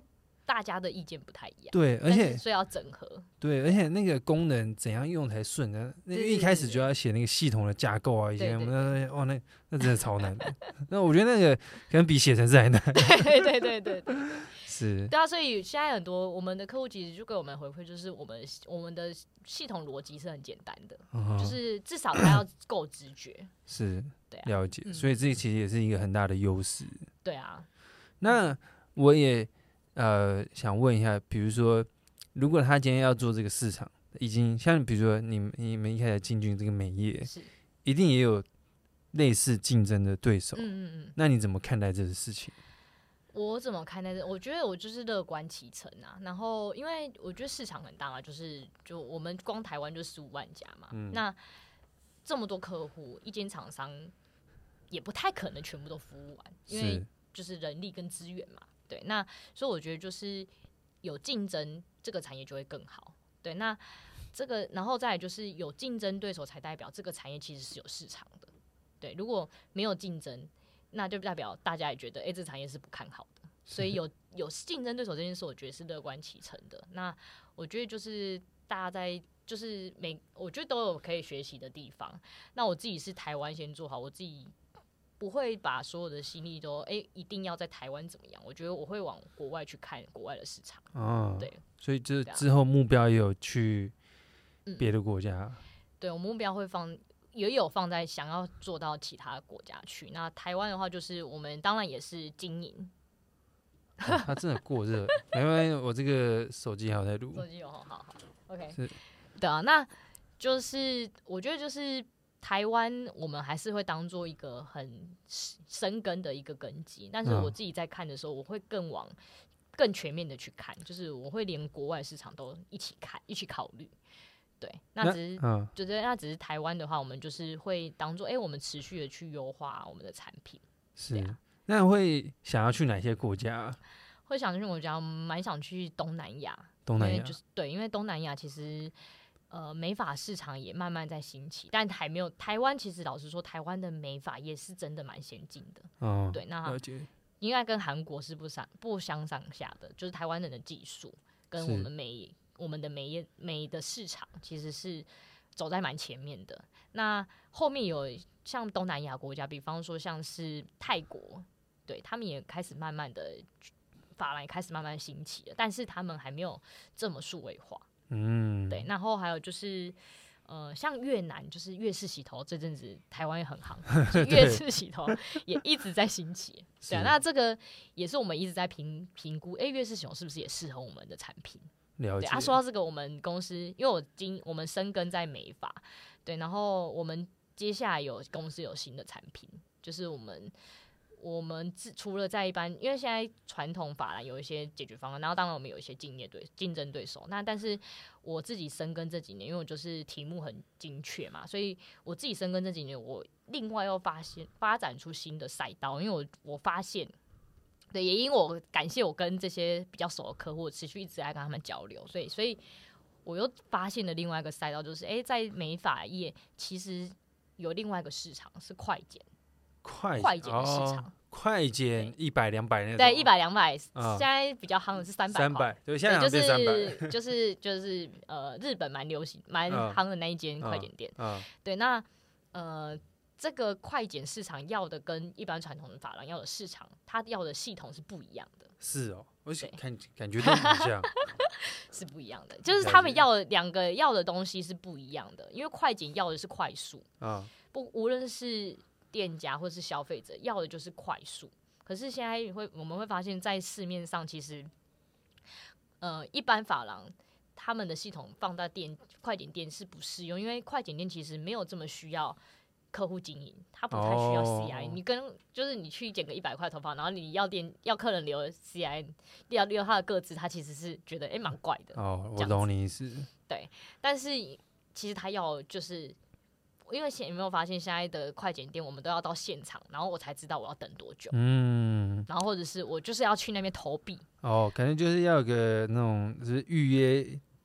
大家的意见不太一样。 对，而且所以要整合。 对，而且那个功能怎样用才顺呢？因为一开始就要写那个系统的架构啊，以前我们那哇那那真的超难的。那我觉得那个可能比写程式还难。 对对对对对， 是。 对啊，所以现在很多我们的客户其实就给我们回馈，就是我们我们的系统逻辑是很简单的，哦、就是至少它要够直觉。 是， 对、啊， 了解。所以这其实也是一个很大的优势。 对啊， 那我也呃想问一下，比如说，如果他今天要做这个市场，已经像比如说你们你们一开始进军这个美业，一定也有类似竞争的对手。嗯嗯嗯。那你怎么看待这个事情？ 我怎么看待这？我觉得我就是乐观其成啊。然后，因为我觉得市场很大嘛，就是就我们光台湾就十五万家嘛，嗯、那这么多客户，一间厂商也不太可能全部都服务完，因为就是人力跟资源嘛。对，那所以我觉得就是有竞争，这个产业就会更好。对，那这个然后再来就是有竞争对手，才代表这个产业其实是有市场的。对，如果没有竞争，那就代表大家也觉得，哎、欸，这产业是不看好的。所以有有竞争对手这件事，我觉得是乐观其成的。那我觉得就是大家在就是每，我觉得都有可以学习的地方。那我自己是台湾先做好，我自己不会把所有的心力都哎、欸、一定要在台湾怎么样。我觉得我会往国外去看国外的市场。哦，对， 所以这之后目标也有去别的国家。嗯、 对，我目标会放。也有放在想要做到其他国家去。那台湾的话，就是我们当然也是经营。 哦、它真的过热，没关系，我这个手机还有在录。 手机有，好好 ，OK。对啊，那就是我觉得就是台湾，我们还是会当做一个很深根的一个根基。但是我自己在看的时候，我会更往更全面的去看，就是我会连国外市场都一起看，一起考虑。对，那只是，嗯、觉得那只是台湾的话，我们就是会当做，哎、欸，我们持续的去优化我们的产品。 是，啊、那会想要去哪些国家？ 会想去国家，蛮想去东南亚。 东南亚就是对，因为东南亚其实呃美发市场也慢慢在兴起，但还没有台湾。其实老实说，台湾的美发业是真的蛮先进的。哦，对，那应该跟韩国是不相不相上下的，就是台湾人的技术跟我们美。我们的美业美的市场其实是走在蛮前面的。那后面有像东南亚国家，比方说像是泰国，对他们也开始慢慢的法兰也开始慢慢兴起了，但是他们还没有这么数位化。嗯，对。然后还有就是呃，像越南，就是越式洗头，这阵子台湾也很行，越式洗头也一直在兴起。对啊，那这个也是我们一直在评评估，哎、欸，越式洗头是不是也适合我们的产品？ 了解。 对啊，说到这个，我们公司因为我今我们深耕在美发，对，然后我们接下来有公司有新的产品，就是我们我们除了在一般，因为现在传统法兰有一些解决方案，然后当然我们有一些竞业对竞争对手，那但是我自己深耕这几年，因为我就是题目很精确嘛，所以我自己深耕这几年，我另外又发现发展出新的赛道，因为我我发现。对，也因为我感谢我跟这些比较熟的客户持续一直在跟他们交流，所以所以我又发现了另外一个赛道，就是哎、欸，在美发业其实有另外一个市场是快剪， 快快剪的市场， 哦、快剪一百两百那种， 对，一百两百，现在比较夯的是三百， 三百，对，现在好像变三百， 就是就是呃，日本蛮流行蛮夯的那一间快剪店，嗯嗯、对，那呃。这个快剪市场要的跟一般传统的发廊要的市场，它要的系统是不一样的。 是哦，我看感觉都很像， 是不一样的。就是他们要的两个要的东西是不一样的，因为快剪要的是快速啊，不无论是店家或是消费者要的就是快速。可是现在会我们会发现，在市面上其实，呃，一般发廊他们的系统放到店快剪店是不适用，因为快剪店其实没有这么需要。客户经营，他不太需要 C I，、oh. 你跟就是你去剪个一百块头发，然后你要店要客人留 C I， 要留他的个资，他其实是觉得哎蛮、欸、怪的。 哦、oh, ，我懂你意思。 对，但是其实他要就是，因为现有没有发现现在的快剪店，我们都要到现场，然后我才知道我要等多久。嗯，然后或者是我就是要去那边投币。 哦，可能就是要有个那种就是预约。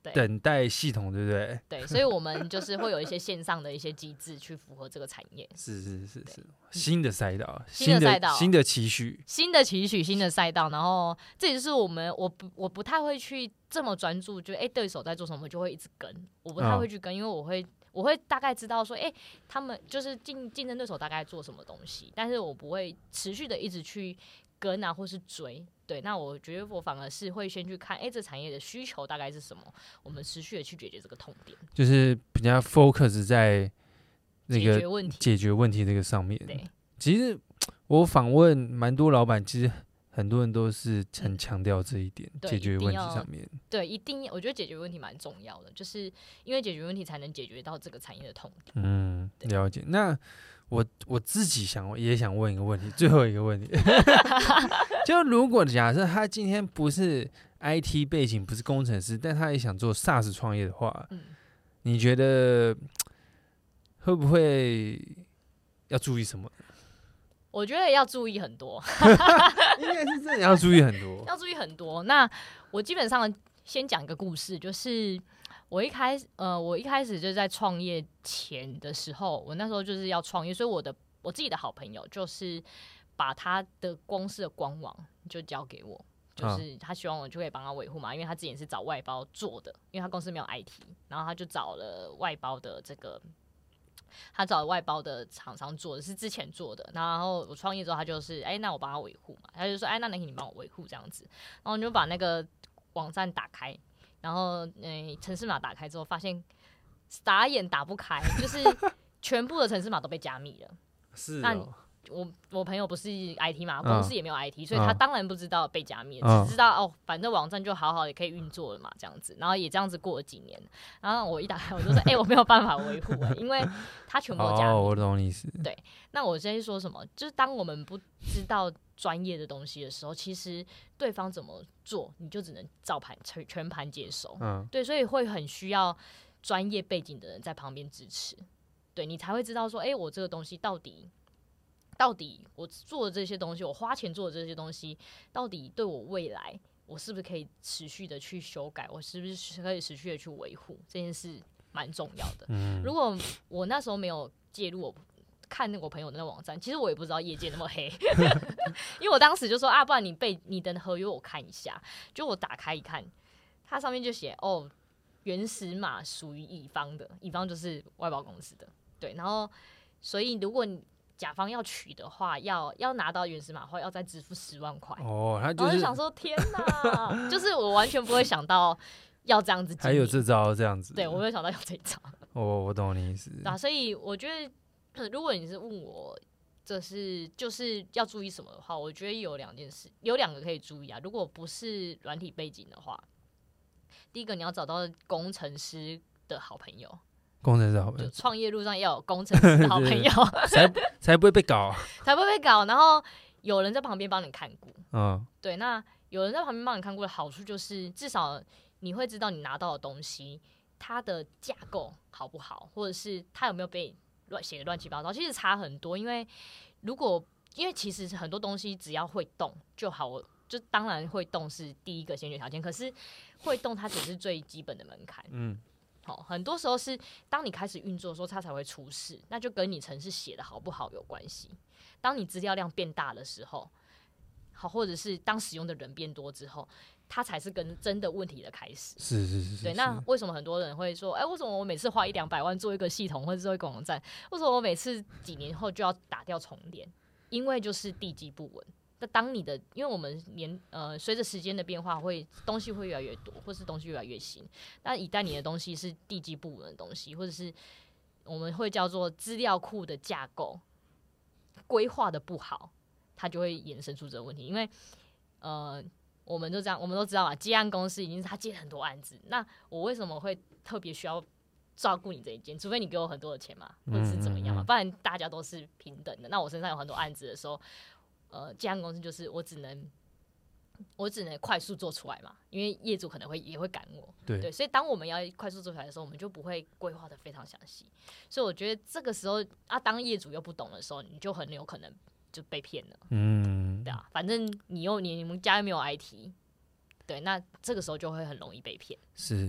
等待系统，对不对？ 对，所以我们就是会有一些线上的一些机制去符合这个产业。 是是是是，新的赛道， 新的赛道， 新的期许， 新的期许，新的赛道。然后这也就是我们我不我不太会去这么专注，就哎、欸、对手在做什么就会一直跟，我不太会去跟，哦、因为我会我会大概知道说，哎、欸，他们就是竞竞争对手大概做什么东西，但是我不会持续的一直去跟啊或是追。对，那我觉得我反而是会先去看，哎、欸，这产业的需求大概是什么，我们持续的去解决这个痛点， 就是比较 focus 在那个解决问题、 解决问题这个上面。 对， 其实我访问蛮多老板，其实很多人都是很强调这一点，解决问题上面。 对，一定我觉得解决问题蛮重要的，就是因为解决问题才能解决到这个产业的痛点。 嗯，了解。那我我自己想也想问一个问题，最后一个问题，就如果假设他今天不是 I T 背景，不是工程师，但他也想做 SaaS 创业的话，嗯、你觉得会不会要注意什么？ 我觉得要注意很多， 应该是真的要注意很多， 要注意很多。那我基本上先讲一个故事，就是我一开始，呃，我一开始就在创业前的时候，我那时候就是要创业，所以我的我自己的好朋友就是把他的公司的官网就交给我，就是他希望我就可以帮他维护嘛，因为他之前是找外包做的，因为他公司没有 I T， 然后他就找了外包的这个。他找外包的厂商做的是之前做的，然后我创业之后，他就是哎、欸，那我帮他维护嘛，他就说哎、欸，那你帮我维护这样子，然后我就把那个网站打开，然后嗯，程式码打开之后，发现打眼打不开，就是全部的程式码都被加密了。 是哦。 我我朋友不是 I T 嘛，公司也没有 I T，、嗯、所以他当然不知道被加密， 嗯、 只知道哦，反正网站就好好也可以运作了嘛，这样子，然后也这样子过了几年，然后我一打开我就说，哎、欸，我没有办法维护、欸，因为他全部都加密。 哦，我懂你意思。 对，那我先说什么，就是当我们不知道专业的东西的时候，其实对方怎么做，你就只能照盘全盘接收。嗯，对，所以会很需要专业背景的人在旁边支持，对你才会知道说，哎、欸，我这个东西到底。到底我做的这些东西，我花钱做的这些东西，到底对我未来，我是不是可以持续的去修改？我是不是可以持续的去维护？这件事蛮重要的。嗯、如果我那时候没有介入，我看那个我朋友的那个网站，其实我也不知道业界那么黑，因为我当时就说啊，不然你背你的合约我看一下，就我打开一看，它上面就写哦，原始码属于乙方的，乙方就是外包公司的，对，然后所以如果你甲方要取的话，要要拿到原始码的话，要再支付十万块。 哦，他就是， 然后就想说，天哪，就是我完全不会想到要这样子。 还有这招这样子？ 对，我没有想到有这一招。 哦，我懂你意思。 啊，所以我觉得，如果你是问我，这是就是要注意什么的话，我觉得有两件事，有两个可以注意啊。如果不是软体背景的话，第一个你要找到工程师的好朋友。 工程师好朋友， 创业路上要有工程师的好朋友， 才才不会被搞， 才不会被搞。然后有人在旁边帮你看顾， 嗯， 对。那有人在旁边帮你看顾的好处就是，至少你会知道你拿到的东西它的架构好不好，或者是它有没有被乱写的乱七八糟。其实差很多，因为如果因为其实很多东西只要会动就好，就当然会动是第一个先决条件，可是会动它只是最基本的门槛，嗯。很多时候是当你开始运作的时候，它才会出事，那就跟你程式写的好不好有关系。当你资料量变大的时候，好，或者是当使用的人变多之后，它才是跟真的问题的开始。 是是 是, 是。 对，那为什么很多人会说，哎、欸，为什么我每次花一两百万做一个系统或者做一个网站，为什么我每次几年后就要打掉重练？因为就是地基不稳。那当你的，因为我们年呃随着时间的变化会，会东西会越来越多，或是东西越来越新。但一旦你的东西是地基不稳的东西，或者是我们会叫做资料库的架构规划的不好，它就会衍生出这个问题。因为呃，我们就这样，我们都知道嘛，接案公司已经是他接很多案子，那我为什么会特别需要照顾你这一件？除非你给我很多的钱嘛，或者是怎么样嘛，不然大家都是平等的。那我身上有很多案子的时候。呃，接案公司就是我只能，我只能快速做出来嘛，因为业主可能会也会赶我， 对, 对，所以当我们要快速做出来的时候，我们就不会规划的非常详细。所以我觉得这个时候啊，当业主又不懂的时候，你就很有可能就被骗了，嗯，对啊，反正你又你你们家又没有 I T， 对，那这个时候就会很容易被骗。 是，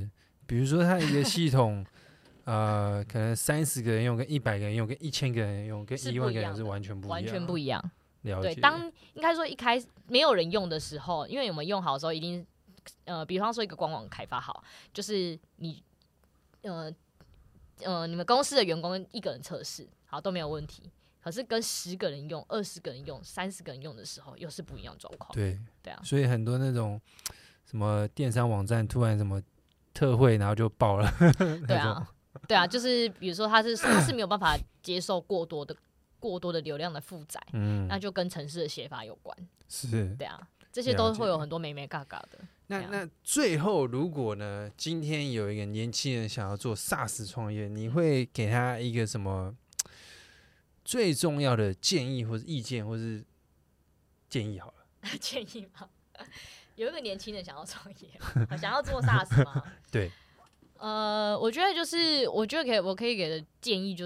比如说它一个系统，呃，可能三十个人用，跟一百个人用，跟一千个人用，跟一万个人是完全不一样， 完全不一样。 了解。 对，当应该说一开始没有人用的时候，因为我们用好的时候，一定呃，比方说一个官网开发好，就是你呃呃，你们公司的员工一个人测试好都没有问题。可是跟十个人用、二十个人用、三十个人用的时候，又是不一样的状况。 对， 对啊， 所以很多那种什么电商网站突然什么特惠，然后就爆了。 对啊，对啊，就是比如说他是他是没有办法接受过多的过多的流量的负载，嗯，那就跟程式的写法有关。 是， 对啊，这些都会有很多眉眉嘎嘎的。 那那最后，如果呢，今天有一个年轻人想要做 SaaS 创业，你会给他一个什么最重要的建议，或是意见，或是建议好了？ 建议吗？有一个年轻人想要创业，想要做 SaaS 吗？ 对。 呃，我觉得就是，我觉得可以，我可以给的建议就是，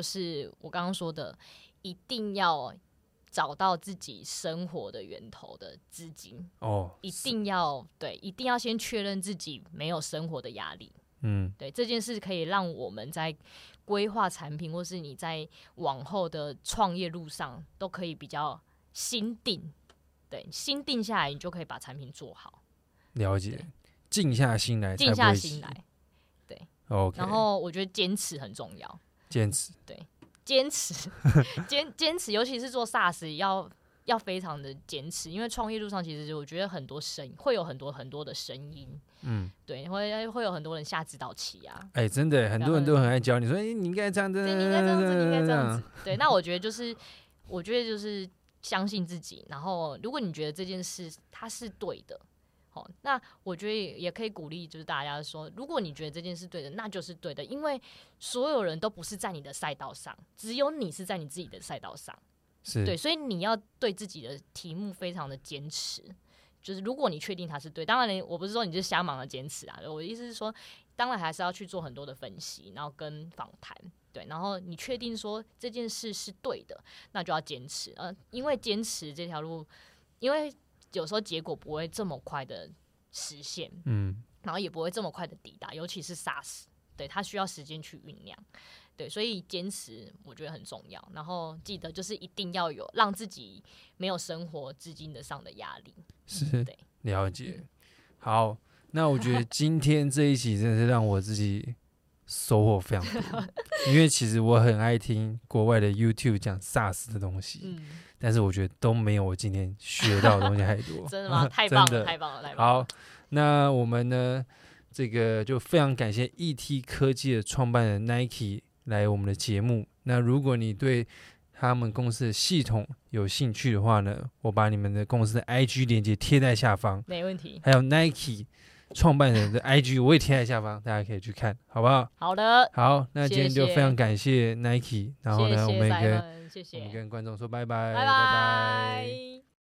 我刚刚说的，一定要找到自己生活的源头的资金哦，一定要对，一定要先确认自己没有生活的压力。嗯，对，这件事可以让我们在规划产品，或是你在往后的创业路上，都可以比较心定。对，心定下来，你就可以把产品做好。 了解，静下心来， 静下心来。对 ，OK。 然后我觉得坚持很重要。 坚持。 对，坚持，坚坚持，尤其是做 SaaS 要。要非常的坚持，因为创业路上其实我觉得很多声会有很多很多的声音，嗯，对，会会有很多人下指导棋啊， 哎、欸，真的很多人都很爱教你说，哎、欸，你应该这样子， 对，你应该这样子，你应该这样子，对，那我觉得就是，我觉得就是相信自己，然后如果你觉得这件事它是对的，好，那我觉得也可以鼓励就是大家说，如果你觉得这件事对的，那就是对的，因为所有人都不是在你的赛道上，只有你是在你自己的赛道上。对，所以你要对自己的题目非常的坚持，就是如果你确定它是对，当然我不是说你就瞎忙的坚持啊，我的意思是说，当然还是要去做很多的分析，然后跟访谈，对，然后你确定说这件事是对的，那就要坚持，呃，因为坚持这条路，因为有时候结果不会这么快的实现，嗯，然后也不会这么快的抵达，尤其是 SaaS， 对，它需要时间去酝酿。对，所以坚持我觉得很重要，然后记得就是一定要有让自己没有生活资金的上的压力。 是，对，了解。好，那我觉得今天这一期真的是让我自己收获非常多，因为其实我很爱听国外的 YouTube 讲 SaaS 的东西，嗯，但是我觉得都没有我今天学到的东西太多。 真的吗？太棒了，太棒了，太棒了。 好，那我们呢，这个就非常感谢 E T 科技的创办人 Nike。来我们的节目，那如果你对他们公司的系统有兴趣的话呢，我把你们的公司的 I G 连结贴在下方， 没问题。 还有 Nike 创办人的 I G 我也贴在下方，大家可以去看，好不好？ 好的。 好，那今天就非常感谢 Nike， 然后呢， 谢谢我们也跟谢谢我们跟观众说拜拜， 拜拜。拜拜。